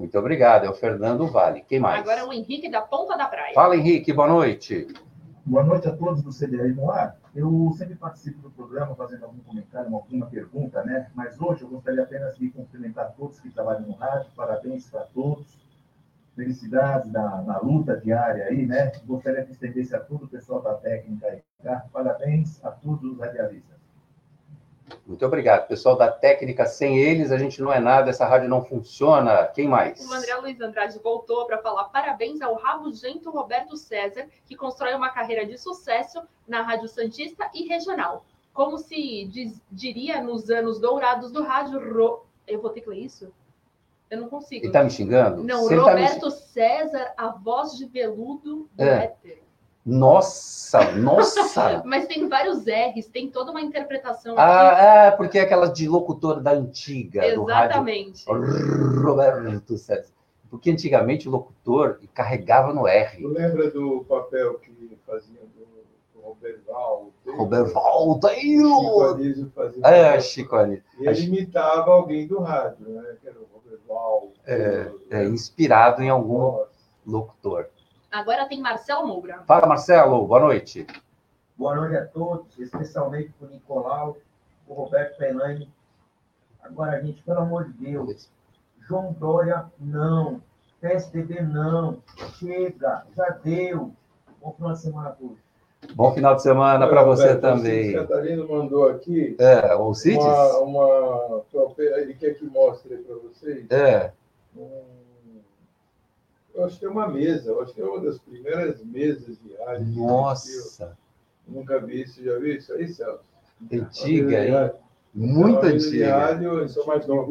Muito obrigado, é o Fernando Vale. Quem mais? Agora é o Henrique da Ponta da Praia. Fala, Henrique, boa noite. Boa noite a todos do C D L no ar. Eu sempre participo do programa fazendo algum comentário, alguma pergunta, né? Mas hoje eu gostaria apenas de cumprimentar todos que trabalham no rádio. Parabéns para todos. Felicidades na, na luta diária aí, né? Gostaria de estender-se a todo o pessoal da técnica aí, tá? Parabéns a todos os radialistas. Muito obrigado. Pessoal da técnica, sem eles a gente não é nada, essa rádio não funciona. Quem mais? O André Luiz Andrade voltou para falar parabéns ao rabugento Roberto César, que constrói uma carreira de sucesso na Rádio Santista e regional. Como se diz, diria nos anos dourados do rádio... Ro... Eu vou ter que ler isso? Eu não consigo. Ele está me xingando? Não, Se Roberto tá me... César, a voz de veludo do é. éter. Nossa, nossa! Mas tem vários R's, tem toda uma interpretação ah, aqui. Ah, porque é aquela de locutor da antiga, exatamente. Do rádio. Roberto César. Porque antigamente o locutor carregava no R. Tu lembra do papel que fazia do, do Roberval? Roberval, Chico Anísio fazia. É, Chico Anísio. E ele imitava alguém do rádio, né? Que era o Roberval. É, é, inspirado em algum locutor. Agora tem Marcelo Moura. Fala, Marcelo, boa noite. Boa noite a todos, especialmente para o Nicolau, o Roberto Pelani. Agora, gente, pelo amor de Deus, João Dória, não. P S D B, não. Chega, já deu. Bom final de semana a todos. Bom final de semana para você também. O Catarino mandou aqui. É, o Cides? Uma, uma, ele quer que mostre para vocês. É. Um, eu acho que é uma mesa, eu acho que é uma das primeiras mesas de rádio. Nossa! Eu nunca vi isso, já viu isso aí, Celso? Antiga, hein? Muito é antiga. De rádio, eu sou mais novo.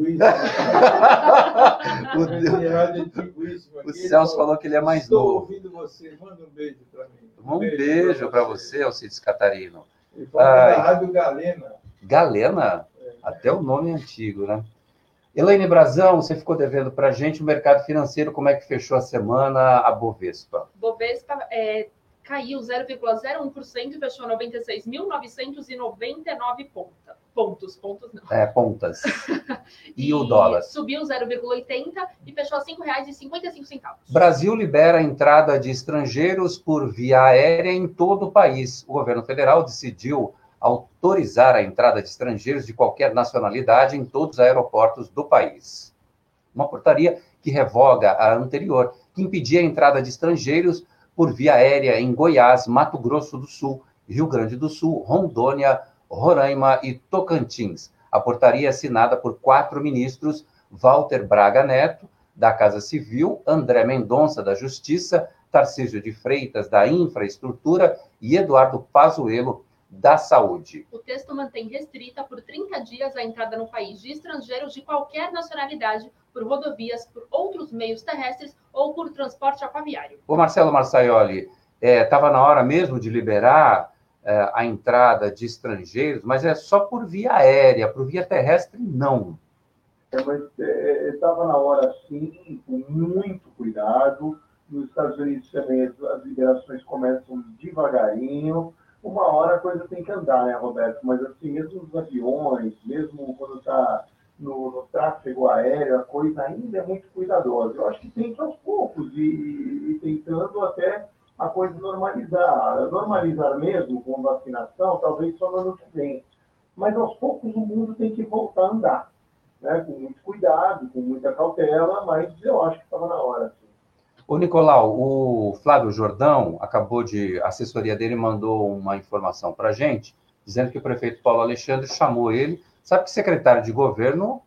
O Celso falou que ele é mais Estou novo. ouvindo você, manda um beijo para mim. Um, um beijo, beijo para você, Alcides Catarino. E fala da Rádio Galena. Galena? É. Até o nome é antigo, né? Elaine Brazão, você ficou devendo para a gente o mercado financeiro, como é que fechou a semana a Bovespa? Bovespa é, caiu zero vírgula zero um por cento e fechou noventa e seis mil novecentos e noventa e nove ponta, pontos. Pontos não. É, pontas. E, e o dólar? Subiu zero vírgula oitenta e fechou a cinco reais e cinquenta e cinco centavos. Brasil libera a entrada de estrangeiros por via aérea em todo o país. O governo federal decidiu autorizar a entrada de estrangeiros de qualquer nacionalidade em todos os aeroportos do país. Uma portaria que revoga a anterior, que impedia a entrada de estrangeiros por via aérea em Goiás, Mato Grosso do Sul, Rio Grande do Sul, Rondônia, Roraima e Tocantins. A portaria é assinada por quatro ministros: Walter Braga Neto, da Casa Civil, André Mendonça, da Justiça, Tarcísio de Freitas, da Infraestrutura e Eduardo Pazuello, da Saúde. O texto mantém restrita por trinta dias a entrada no país de estrangeiros de qualquer nacionalidade por rodovias, por outros meios terrestres ou por transporte aquaviário. Ô Marcelo Marçaioli, estava é, na hora mesmo de liberar é, a entrada de estrangeiros, mas é só por via aérea, por via terrestre, não. É, mas estava é, na hora, sim, com muito cuidado. Nos Estados Unidos também as, as liberações começam devagarinho. Uma hora a coisa tem que andar, né, Roberto? Mas, assim, mesmo nos aviões, mesmo quando está no, no tráfego aéreo, a coisa ainda é muito cuidadosa. Eu acho que tem que, aos poucos, e, e tentando até a coisa normalizar. Normalizar mesmo com vacinação, talvez só no ano que vem. Mas, aos poucos, o mundo tem que voltar a andar, né? Com muito cuidado, com muita cautela, mas eu acho que estava na hora, assim. Ô, Nicolau, o Flávio Jordão acabou de... A assessoria dele mandou uma informação para a gente, dizendo que o prefeito Paulo Alexandre chamou ele. Sabe que secretário de governo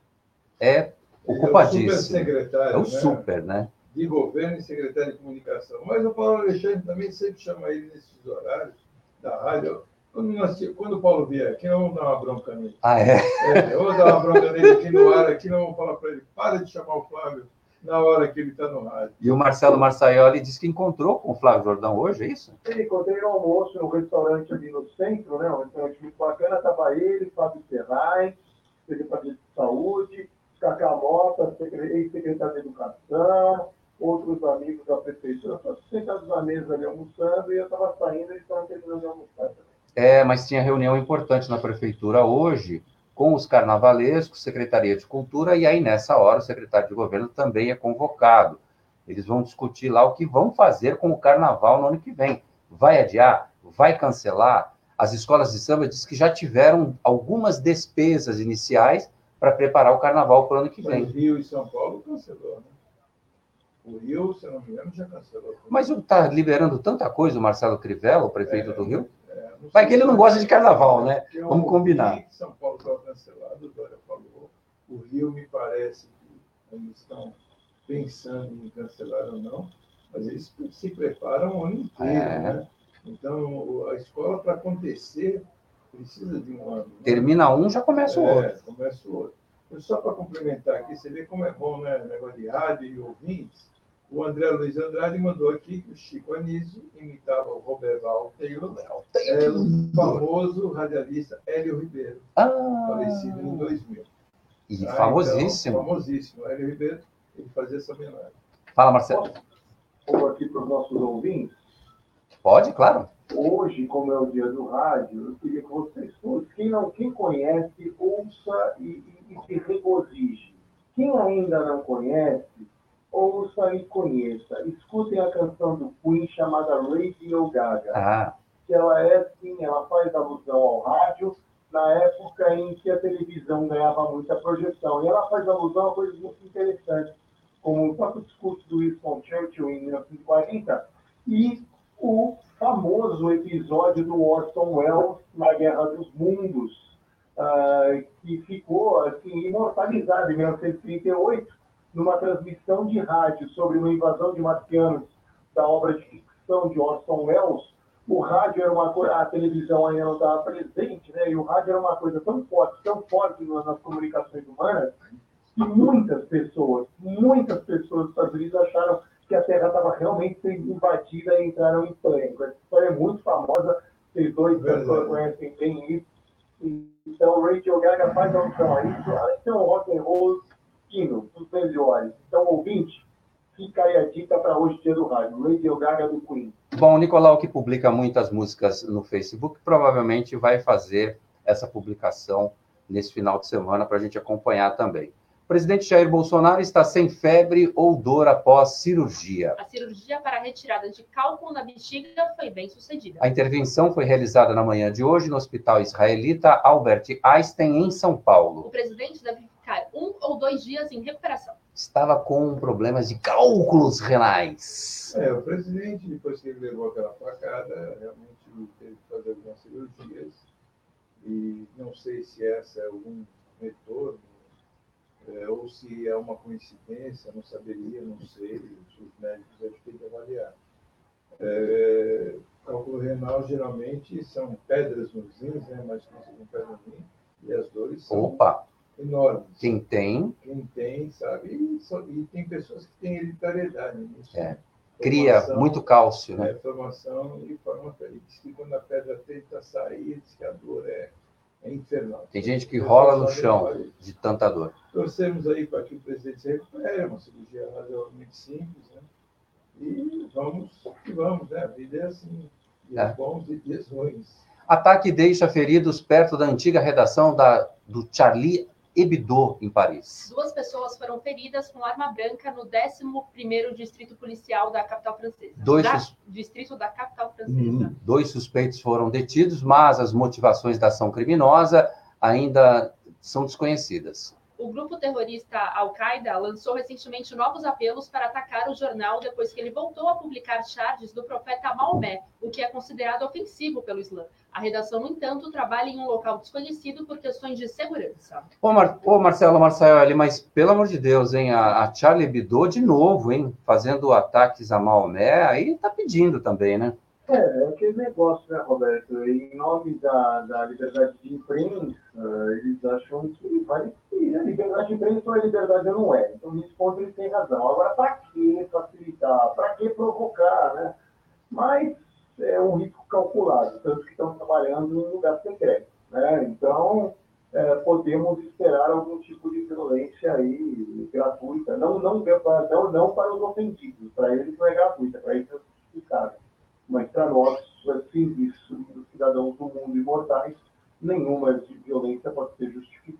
é ocupadíssimo. É o super secretário, É o né? super, né? De governo e secretário de comunicação. Mas o Paulo Alexandre também sempre chama ele nesses horários da rádio. Quando, nós, quando o Paulo vier aqui, nós vamos dar uma bronca nele. Ah, é? é eu vou dar uma bronca nele aqui no ar, aqui nós vamos falar para ele, para de chamar o Flávio na hora que ele está no rádio. E o Marcelo Marçaioli disse que encontrou com o Flávio Jordão hoje, é isso? Eu encontrei no almoço no restaurante ali no centro, né? Um restaurante muito bacana, estava ele, Fábio Ferraz, secretário de Saúde, Cacá Mota, ex-secretário de Educação, outros amigos da prefeitura, todos sentados na mesa ali almoçando, e eu estava saindo e eles estavam terminando de almoçar também. É, mas tinha reunião importante na prefeitura hoje com os carnavalescos, Secretaria de Cultura, e aí, nessa hora, o secretário de Governo também é convocado. Eles vão discutir lá o que vão fazer com o carnaval no ano que vem. Vai adiar? Vai cancelar? As escolas de samba dizem que já tiveram algumas despesas iniciais para preparar o carnaval para o ano que vem. O Rio e São Paulo cancelou, né? O Rio, se eu não me engano, já cancelou. Mas está liberando tanta coisa o Marcelo Crivella, o prefeito é, do Rio? É, Vai que ele não gosta de carnaval, né? Vamos combinar. Rio, São Paulo estava cancelado, o Dória falou. O Rio, me parece que eles estão pensando em cancelar ou não, mas eles se preparam o ano inteiro, é. né? Então, a escola, para acontecer, precisa de um ano. Né? Termina um, já começa o é, outro. começa o outro. Só para complementar aqui, você vê como é bom, né? O negócio de rádio e ouvintes. O André Luiz Andrade mandou aqui que o Chico Anísio imitava o Roberval Taylor, é, o famoso radialista Hélio Ribeiro, ah. falecido em dois mil. E ah, famosíssimo. Então, famosíssimo. Hélio Ribeiro, ele fazia essa homenagem. Fala, Marcelo. Vou aqui para os nossos ouvintes. Pode, claro. Hoje, como é o dia do rádio, eu queria que vocês todos, quem não quem conhece, ouça e, e, e se regozije. Quem ainda não conhece, ouça e conheça. Escutem a canção do Queen chamada Radio Gaga. Ah. Que ela é assim, ela faz alusão ao rádio na época em que a televisão ganhava muita projeção. E ela faz alusão a coisas muito interessantes, como o próprio discurso do Winston Churchill em mil novecentos e quarenta e o famoso episódio do Orson Welles na Guerra dos Mundos, uh, que ficou assim, imortalizado em mil novecentos e trinta e oito, numa transmissão de rádio sobre uma invasão de marcianos da obra de ficção de Orson Welles. O rádio era uma coisa, a televisão ainda não estava presente, né? E o rádio era uma coisa tão forte, tão forte nas comunicações humanas, que muitas pessoas, muitas pessoas dos Estados Unidos acharam que a Terra estava realmente sendo invadida e entraram em pânico. Essa história é muito famosa, vocês dois pessoas conhecem bem isso. Então, o Radio Gaga faz alusão a isso. Esse é um rock and roll fino, dos melhores. Então, ouvinte, fica aí a dica para hoje, dia do rádio. Radio Gaga do Queen. Bom, o Nicolau, que publica muitas músicas no Facebook, provavelmente vai fazer essa publicação nesse final de semana para a gente acompanhar também. O presidente Jair Bolsonaro está sem febre ou dor após cirurgia. A cirurgia para a retirada de cálculo na bexiga foi bem sucedida. A intervenção foi realizada na manhã de hoje no Hospital Israelita Albert Einstein, em São Paulo. O presidente deve ficar um ou dois dias em recuperação. Estava com problemas de cálculos renais. É, o presidente, depois que ele levou aquela facada, realmente teve que fazer algumas cirurgias. E não sei se essa é algum retorno, É, ou se é uma coincidência, não saberia, não sei, os médicos devem ter que avaliar. É, cálculo renal, geralmente, são pedras nos rins, né, mais conhecido como pedra no rim, e as dores são Opa. enormes. Quem tem... Quem tem, sabe, e, só, e tem pessoas que têm hereditariedade nisso. É. Cria muito cálcio, né? É, formação e forma pedra. Diz que quando a pedra tenta sair, diz que a dor é É infernal. Tem gente que rola no chão de tanta dor. Torcemos aí para que o presidente se recupere, é uma cirurgia razoavelmente simples, né? E vamos que vamos, né? A vida é assim, dias é. bons e dias ruins. Ataque deixa feridos perto da antiga redação da, do Charlie Hebdo, em Paris. Duas pessoas foram feridas com arma branca no décimo primeiro Distrito Policial da capital francesa. Dois da, sus... Distrito da capital francesa. Hum, dois suspeitos foram detidos, mas as motivações da ação criminosa ainda são desconhecidas. O grupo terrorista Al-Qaeda lançou recentemente novos apelos para atacar o jornal depois que ele voltou a publicar charges do profeta Maomé, o que é considerado ofensivo pelo Islã. A redação, no entanto, trabalha em um local desconhecido por questões de segurança. Ô, Mar... Ô Marcelo Marçaioli, mas pelo amor de Deus, hein? A, a Charlie Hebdo de novo, hein? Fazendo ataques a Maomé, aí tá pedindo também, né? É, é aquele negócio, né, Roberto? Em nome da, da liberdade de imprensa, eles acham que vai ser. A liberdade de imprensa ou a liberdade não é. Então, nesse ponto, eles têm razão. Agora, para que facilitar? Para que provocar, né? Mas é um risco calculado, tanto que estão trabalhando em lugar secreto, né? Então, é, podemos esperar algum tipo de violência aí gratuita. Não, não, não, não para os ofendidos. Para eles não é gratuita, para eles é justificável. Mas para nós, civis, cidadãos do mundo imortais, nenhuma violência pode ser justificada.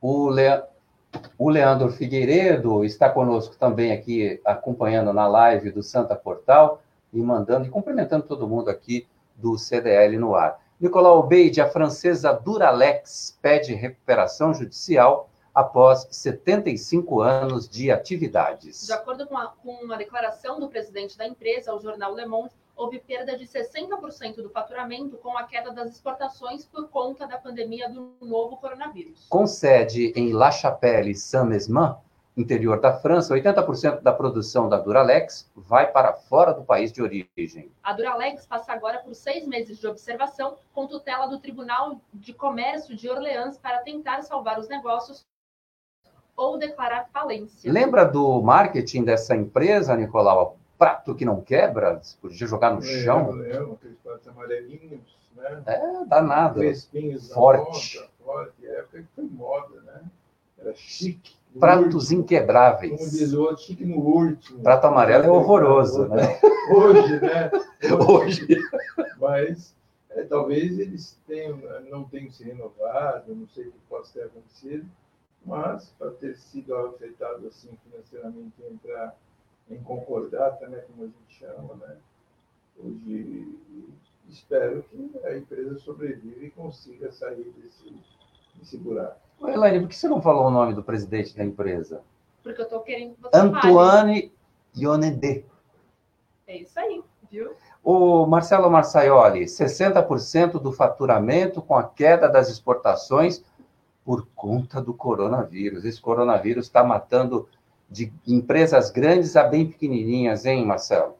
O, Le... o Leandro Figueiredo está conosco também aqui, acompanhando na live do Santa Portal e mandando e cumprimentando todo mundo aqui do C D L no ar. Nicolau Obeide, a francesa Duralex pede recuperação judicial após setenta e cinco anos de atividades. De acordo com, a, com uma declaração do presidente da empresa ao jornal Le Monde, houve perda de sessenta por cento do faturamento com a queda das exportações por conta da pandemia do novo coronavírus. Com sede em La Chapelle, Saint-Mesmin, interior da França, oitenta por cento da produção da Duralex vai para fora do país de origem. A Duralex passa agora por seis meses de observação com tutela do Tribunal de Comércio de Orleans para tentar salvar os negócios ou declarar falência. Lembra do marketing dessa empresa, Nicolau? Prato que não quebra, você podia jogar no chão. Eu lembro, aqueles pratos amarelinhos, né? É, danado. Crespinhos na forte. ponta, forte. É época que foi moda, né? Era chique. Pratos último. Inquebráveis. Como diz o outro, chique no último. Prato amarelo é horroroso, né? Hoje, né? Hoje. Mas é, talvez eles tenham, não tenham se renovado, não sei o que possa ter acontecido, mas para ter sido afetado assim financeiramente, entrar em concordata, né, como a gente chama, né? Hoje espero que a empresa sobreviva e consiga sair desse, desse buraco. Elaine, por que você não falou o nome do presidente da empresa? Porque eu estou querendo que você Antoine Yonedé. É isso aí, viu? O Marcelo Marçaioli, sessenta por cento do faturamento com a queda das exportações por conta do coronavírus. Esse coronavírus está matando de empresas grandes a bem pequenininhas, hein, Marcelo?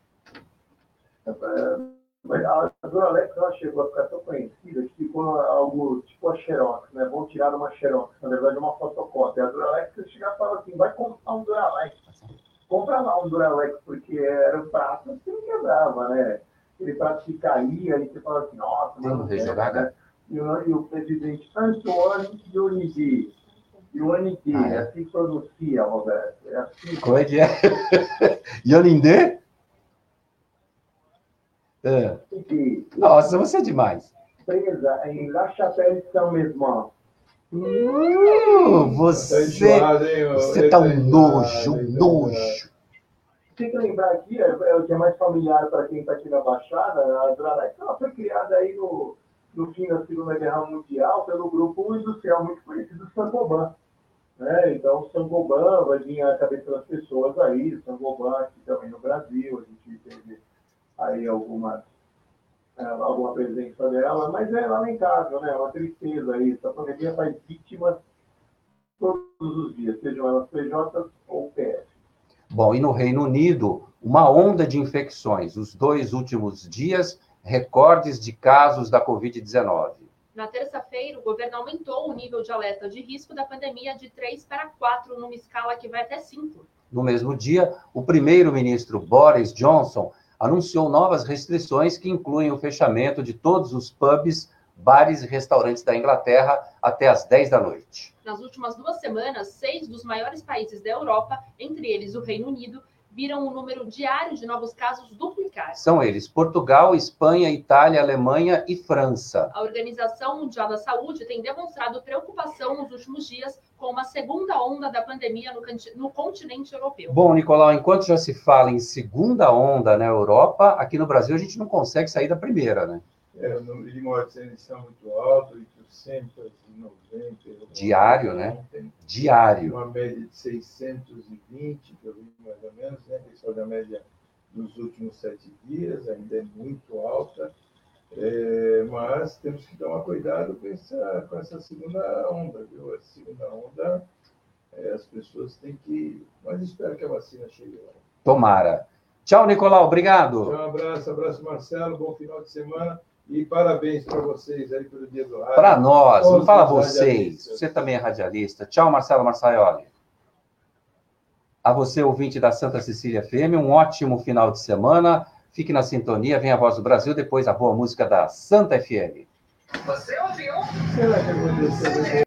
A Duralex ela chegou a ficar tão conhecida que ficou algo tipo a Xerox, né? Vão tirar uma Xerox, na verdade é uma fotocópia. A Duralex, você chega e fala assim, vai comprar um Duralex. Compra lá um Duralex, porque era um prato que não quebrava, né? Aquele prato que caía, e você fala assim, nossa, mas não quebra, né? E o, e o presidente Antoine Yonedé, Yonedé, ah, é. é assim que pronuncia, Roberto. É assim. Como é que é? Yonedé? É. Nossa, você é demais. Empresa em La Chapelle, Saint-Mesmin. Uh, você você tá um nojo, nojo. Tem que lembrar aqui, é, é o que é mais familiar para quem está aqui na Baixada, a Duralex, ela foi criada aí no, no fim da Segunda Guerra Mundial pelo grupo industrial muito conhecido Saint-Gobain. Né? Então, Saint-Gobain vai vir à cabeça das pessoas aí, Saint-Gobain aqui também no Brasil, a gente teve aí alguma, alguma presença dela, mas é lamentável, né? É uma tristeza aí. Essa pandemia faz vítimas todos os dias, sejam elas P J ou P F. Bom, e no Reino Unido, uma onda de infecções. Os dois últimos dias, recordes de casos da covid dezenove. Na terça-feira, o governo aumentou o nível de alerta de risco da pandemia de três para quatro, numa escala que vai até cinco. No mesmo dia, o primeiro-ministro Boris Johnson anunciou novas restrições que incluem o fechamento de todos os pubs, bares e restaurantes da Inglaterra até às dez da noite. Nas últimas duas semanas, seis dos maiores países da Europa, entre eles o Reino Unido, viram o número diário de novos casos duplicar. São eles Portugal, Espanha, Itália, Alemanha e França. A Organização Mundial da Saúde tem demonstrado preocupação nos últimos dias com uma segunda onda da pandemia no, no continente europeu. Bom, Nicolau, enquanto já se fala em segunda onda na Europa, aqui no Brasil a gente não consegue sair da primeira, né? É, o número de mortes ainda está muito alto, oitocentos e noventa. Diário, né? Diário. Uma média de seiscentos e vinte, que eu vi mais ou menos, né? Pessoal da média dos últimos sete dias, ainda é muito alta. É, mas temos que tomar cuidado com essa, com essa segunda onda, viu? A segunda onda, é, as pessoas têm que... Mas espero que a vacina chegue lá. Tomara. Tchau, Nicolau. Obrigado. Tchau, um abraço, abraço, Marcelo. Bom final de semana. E parabéns para vocês aí pelo dia do rádio. Para nós, não fala vocês. Você também é radialista. Tchau, Marcelo Marçaioli. A você, ouvinte da Santa Cecília F M, um ótimo final de semana. Fique na sintonia, vem a Voz do Brasil, depois a boa música da Santa F M. Você ouviu?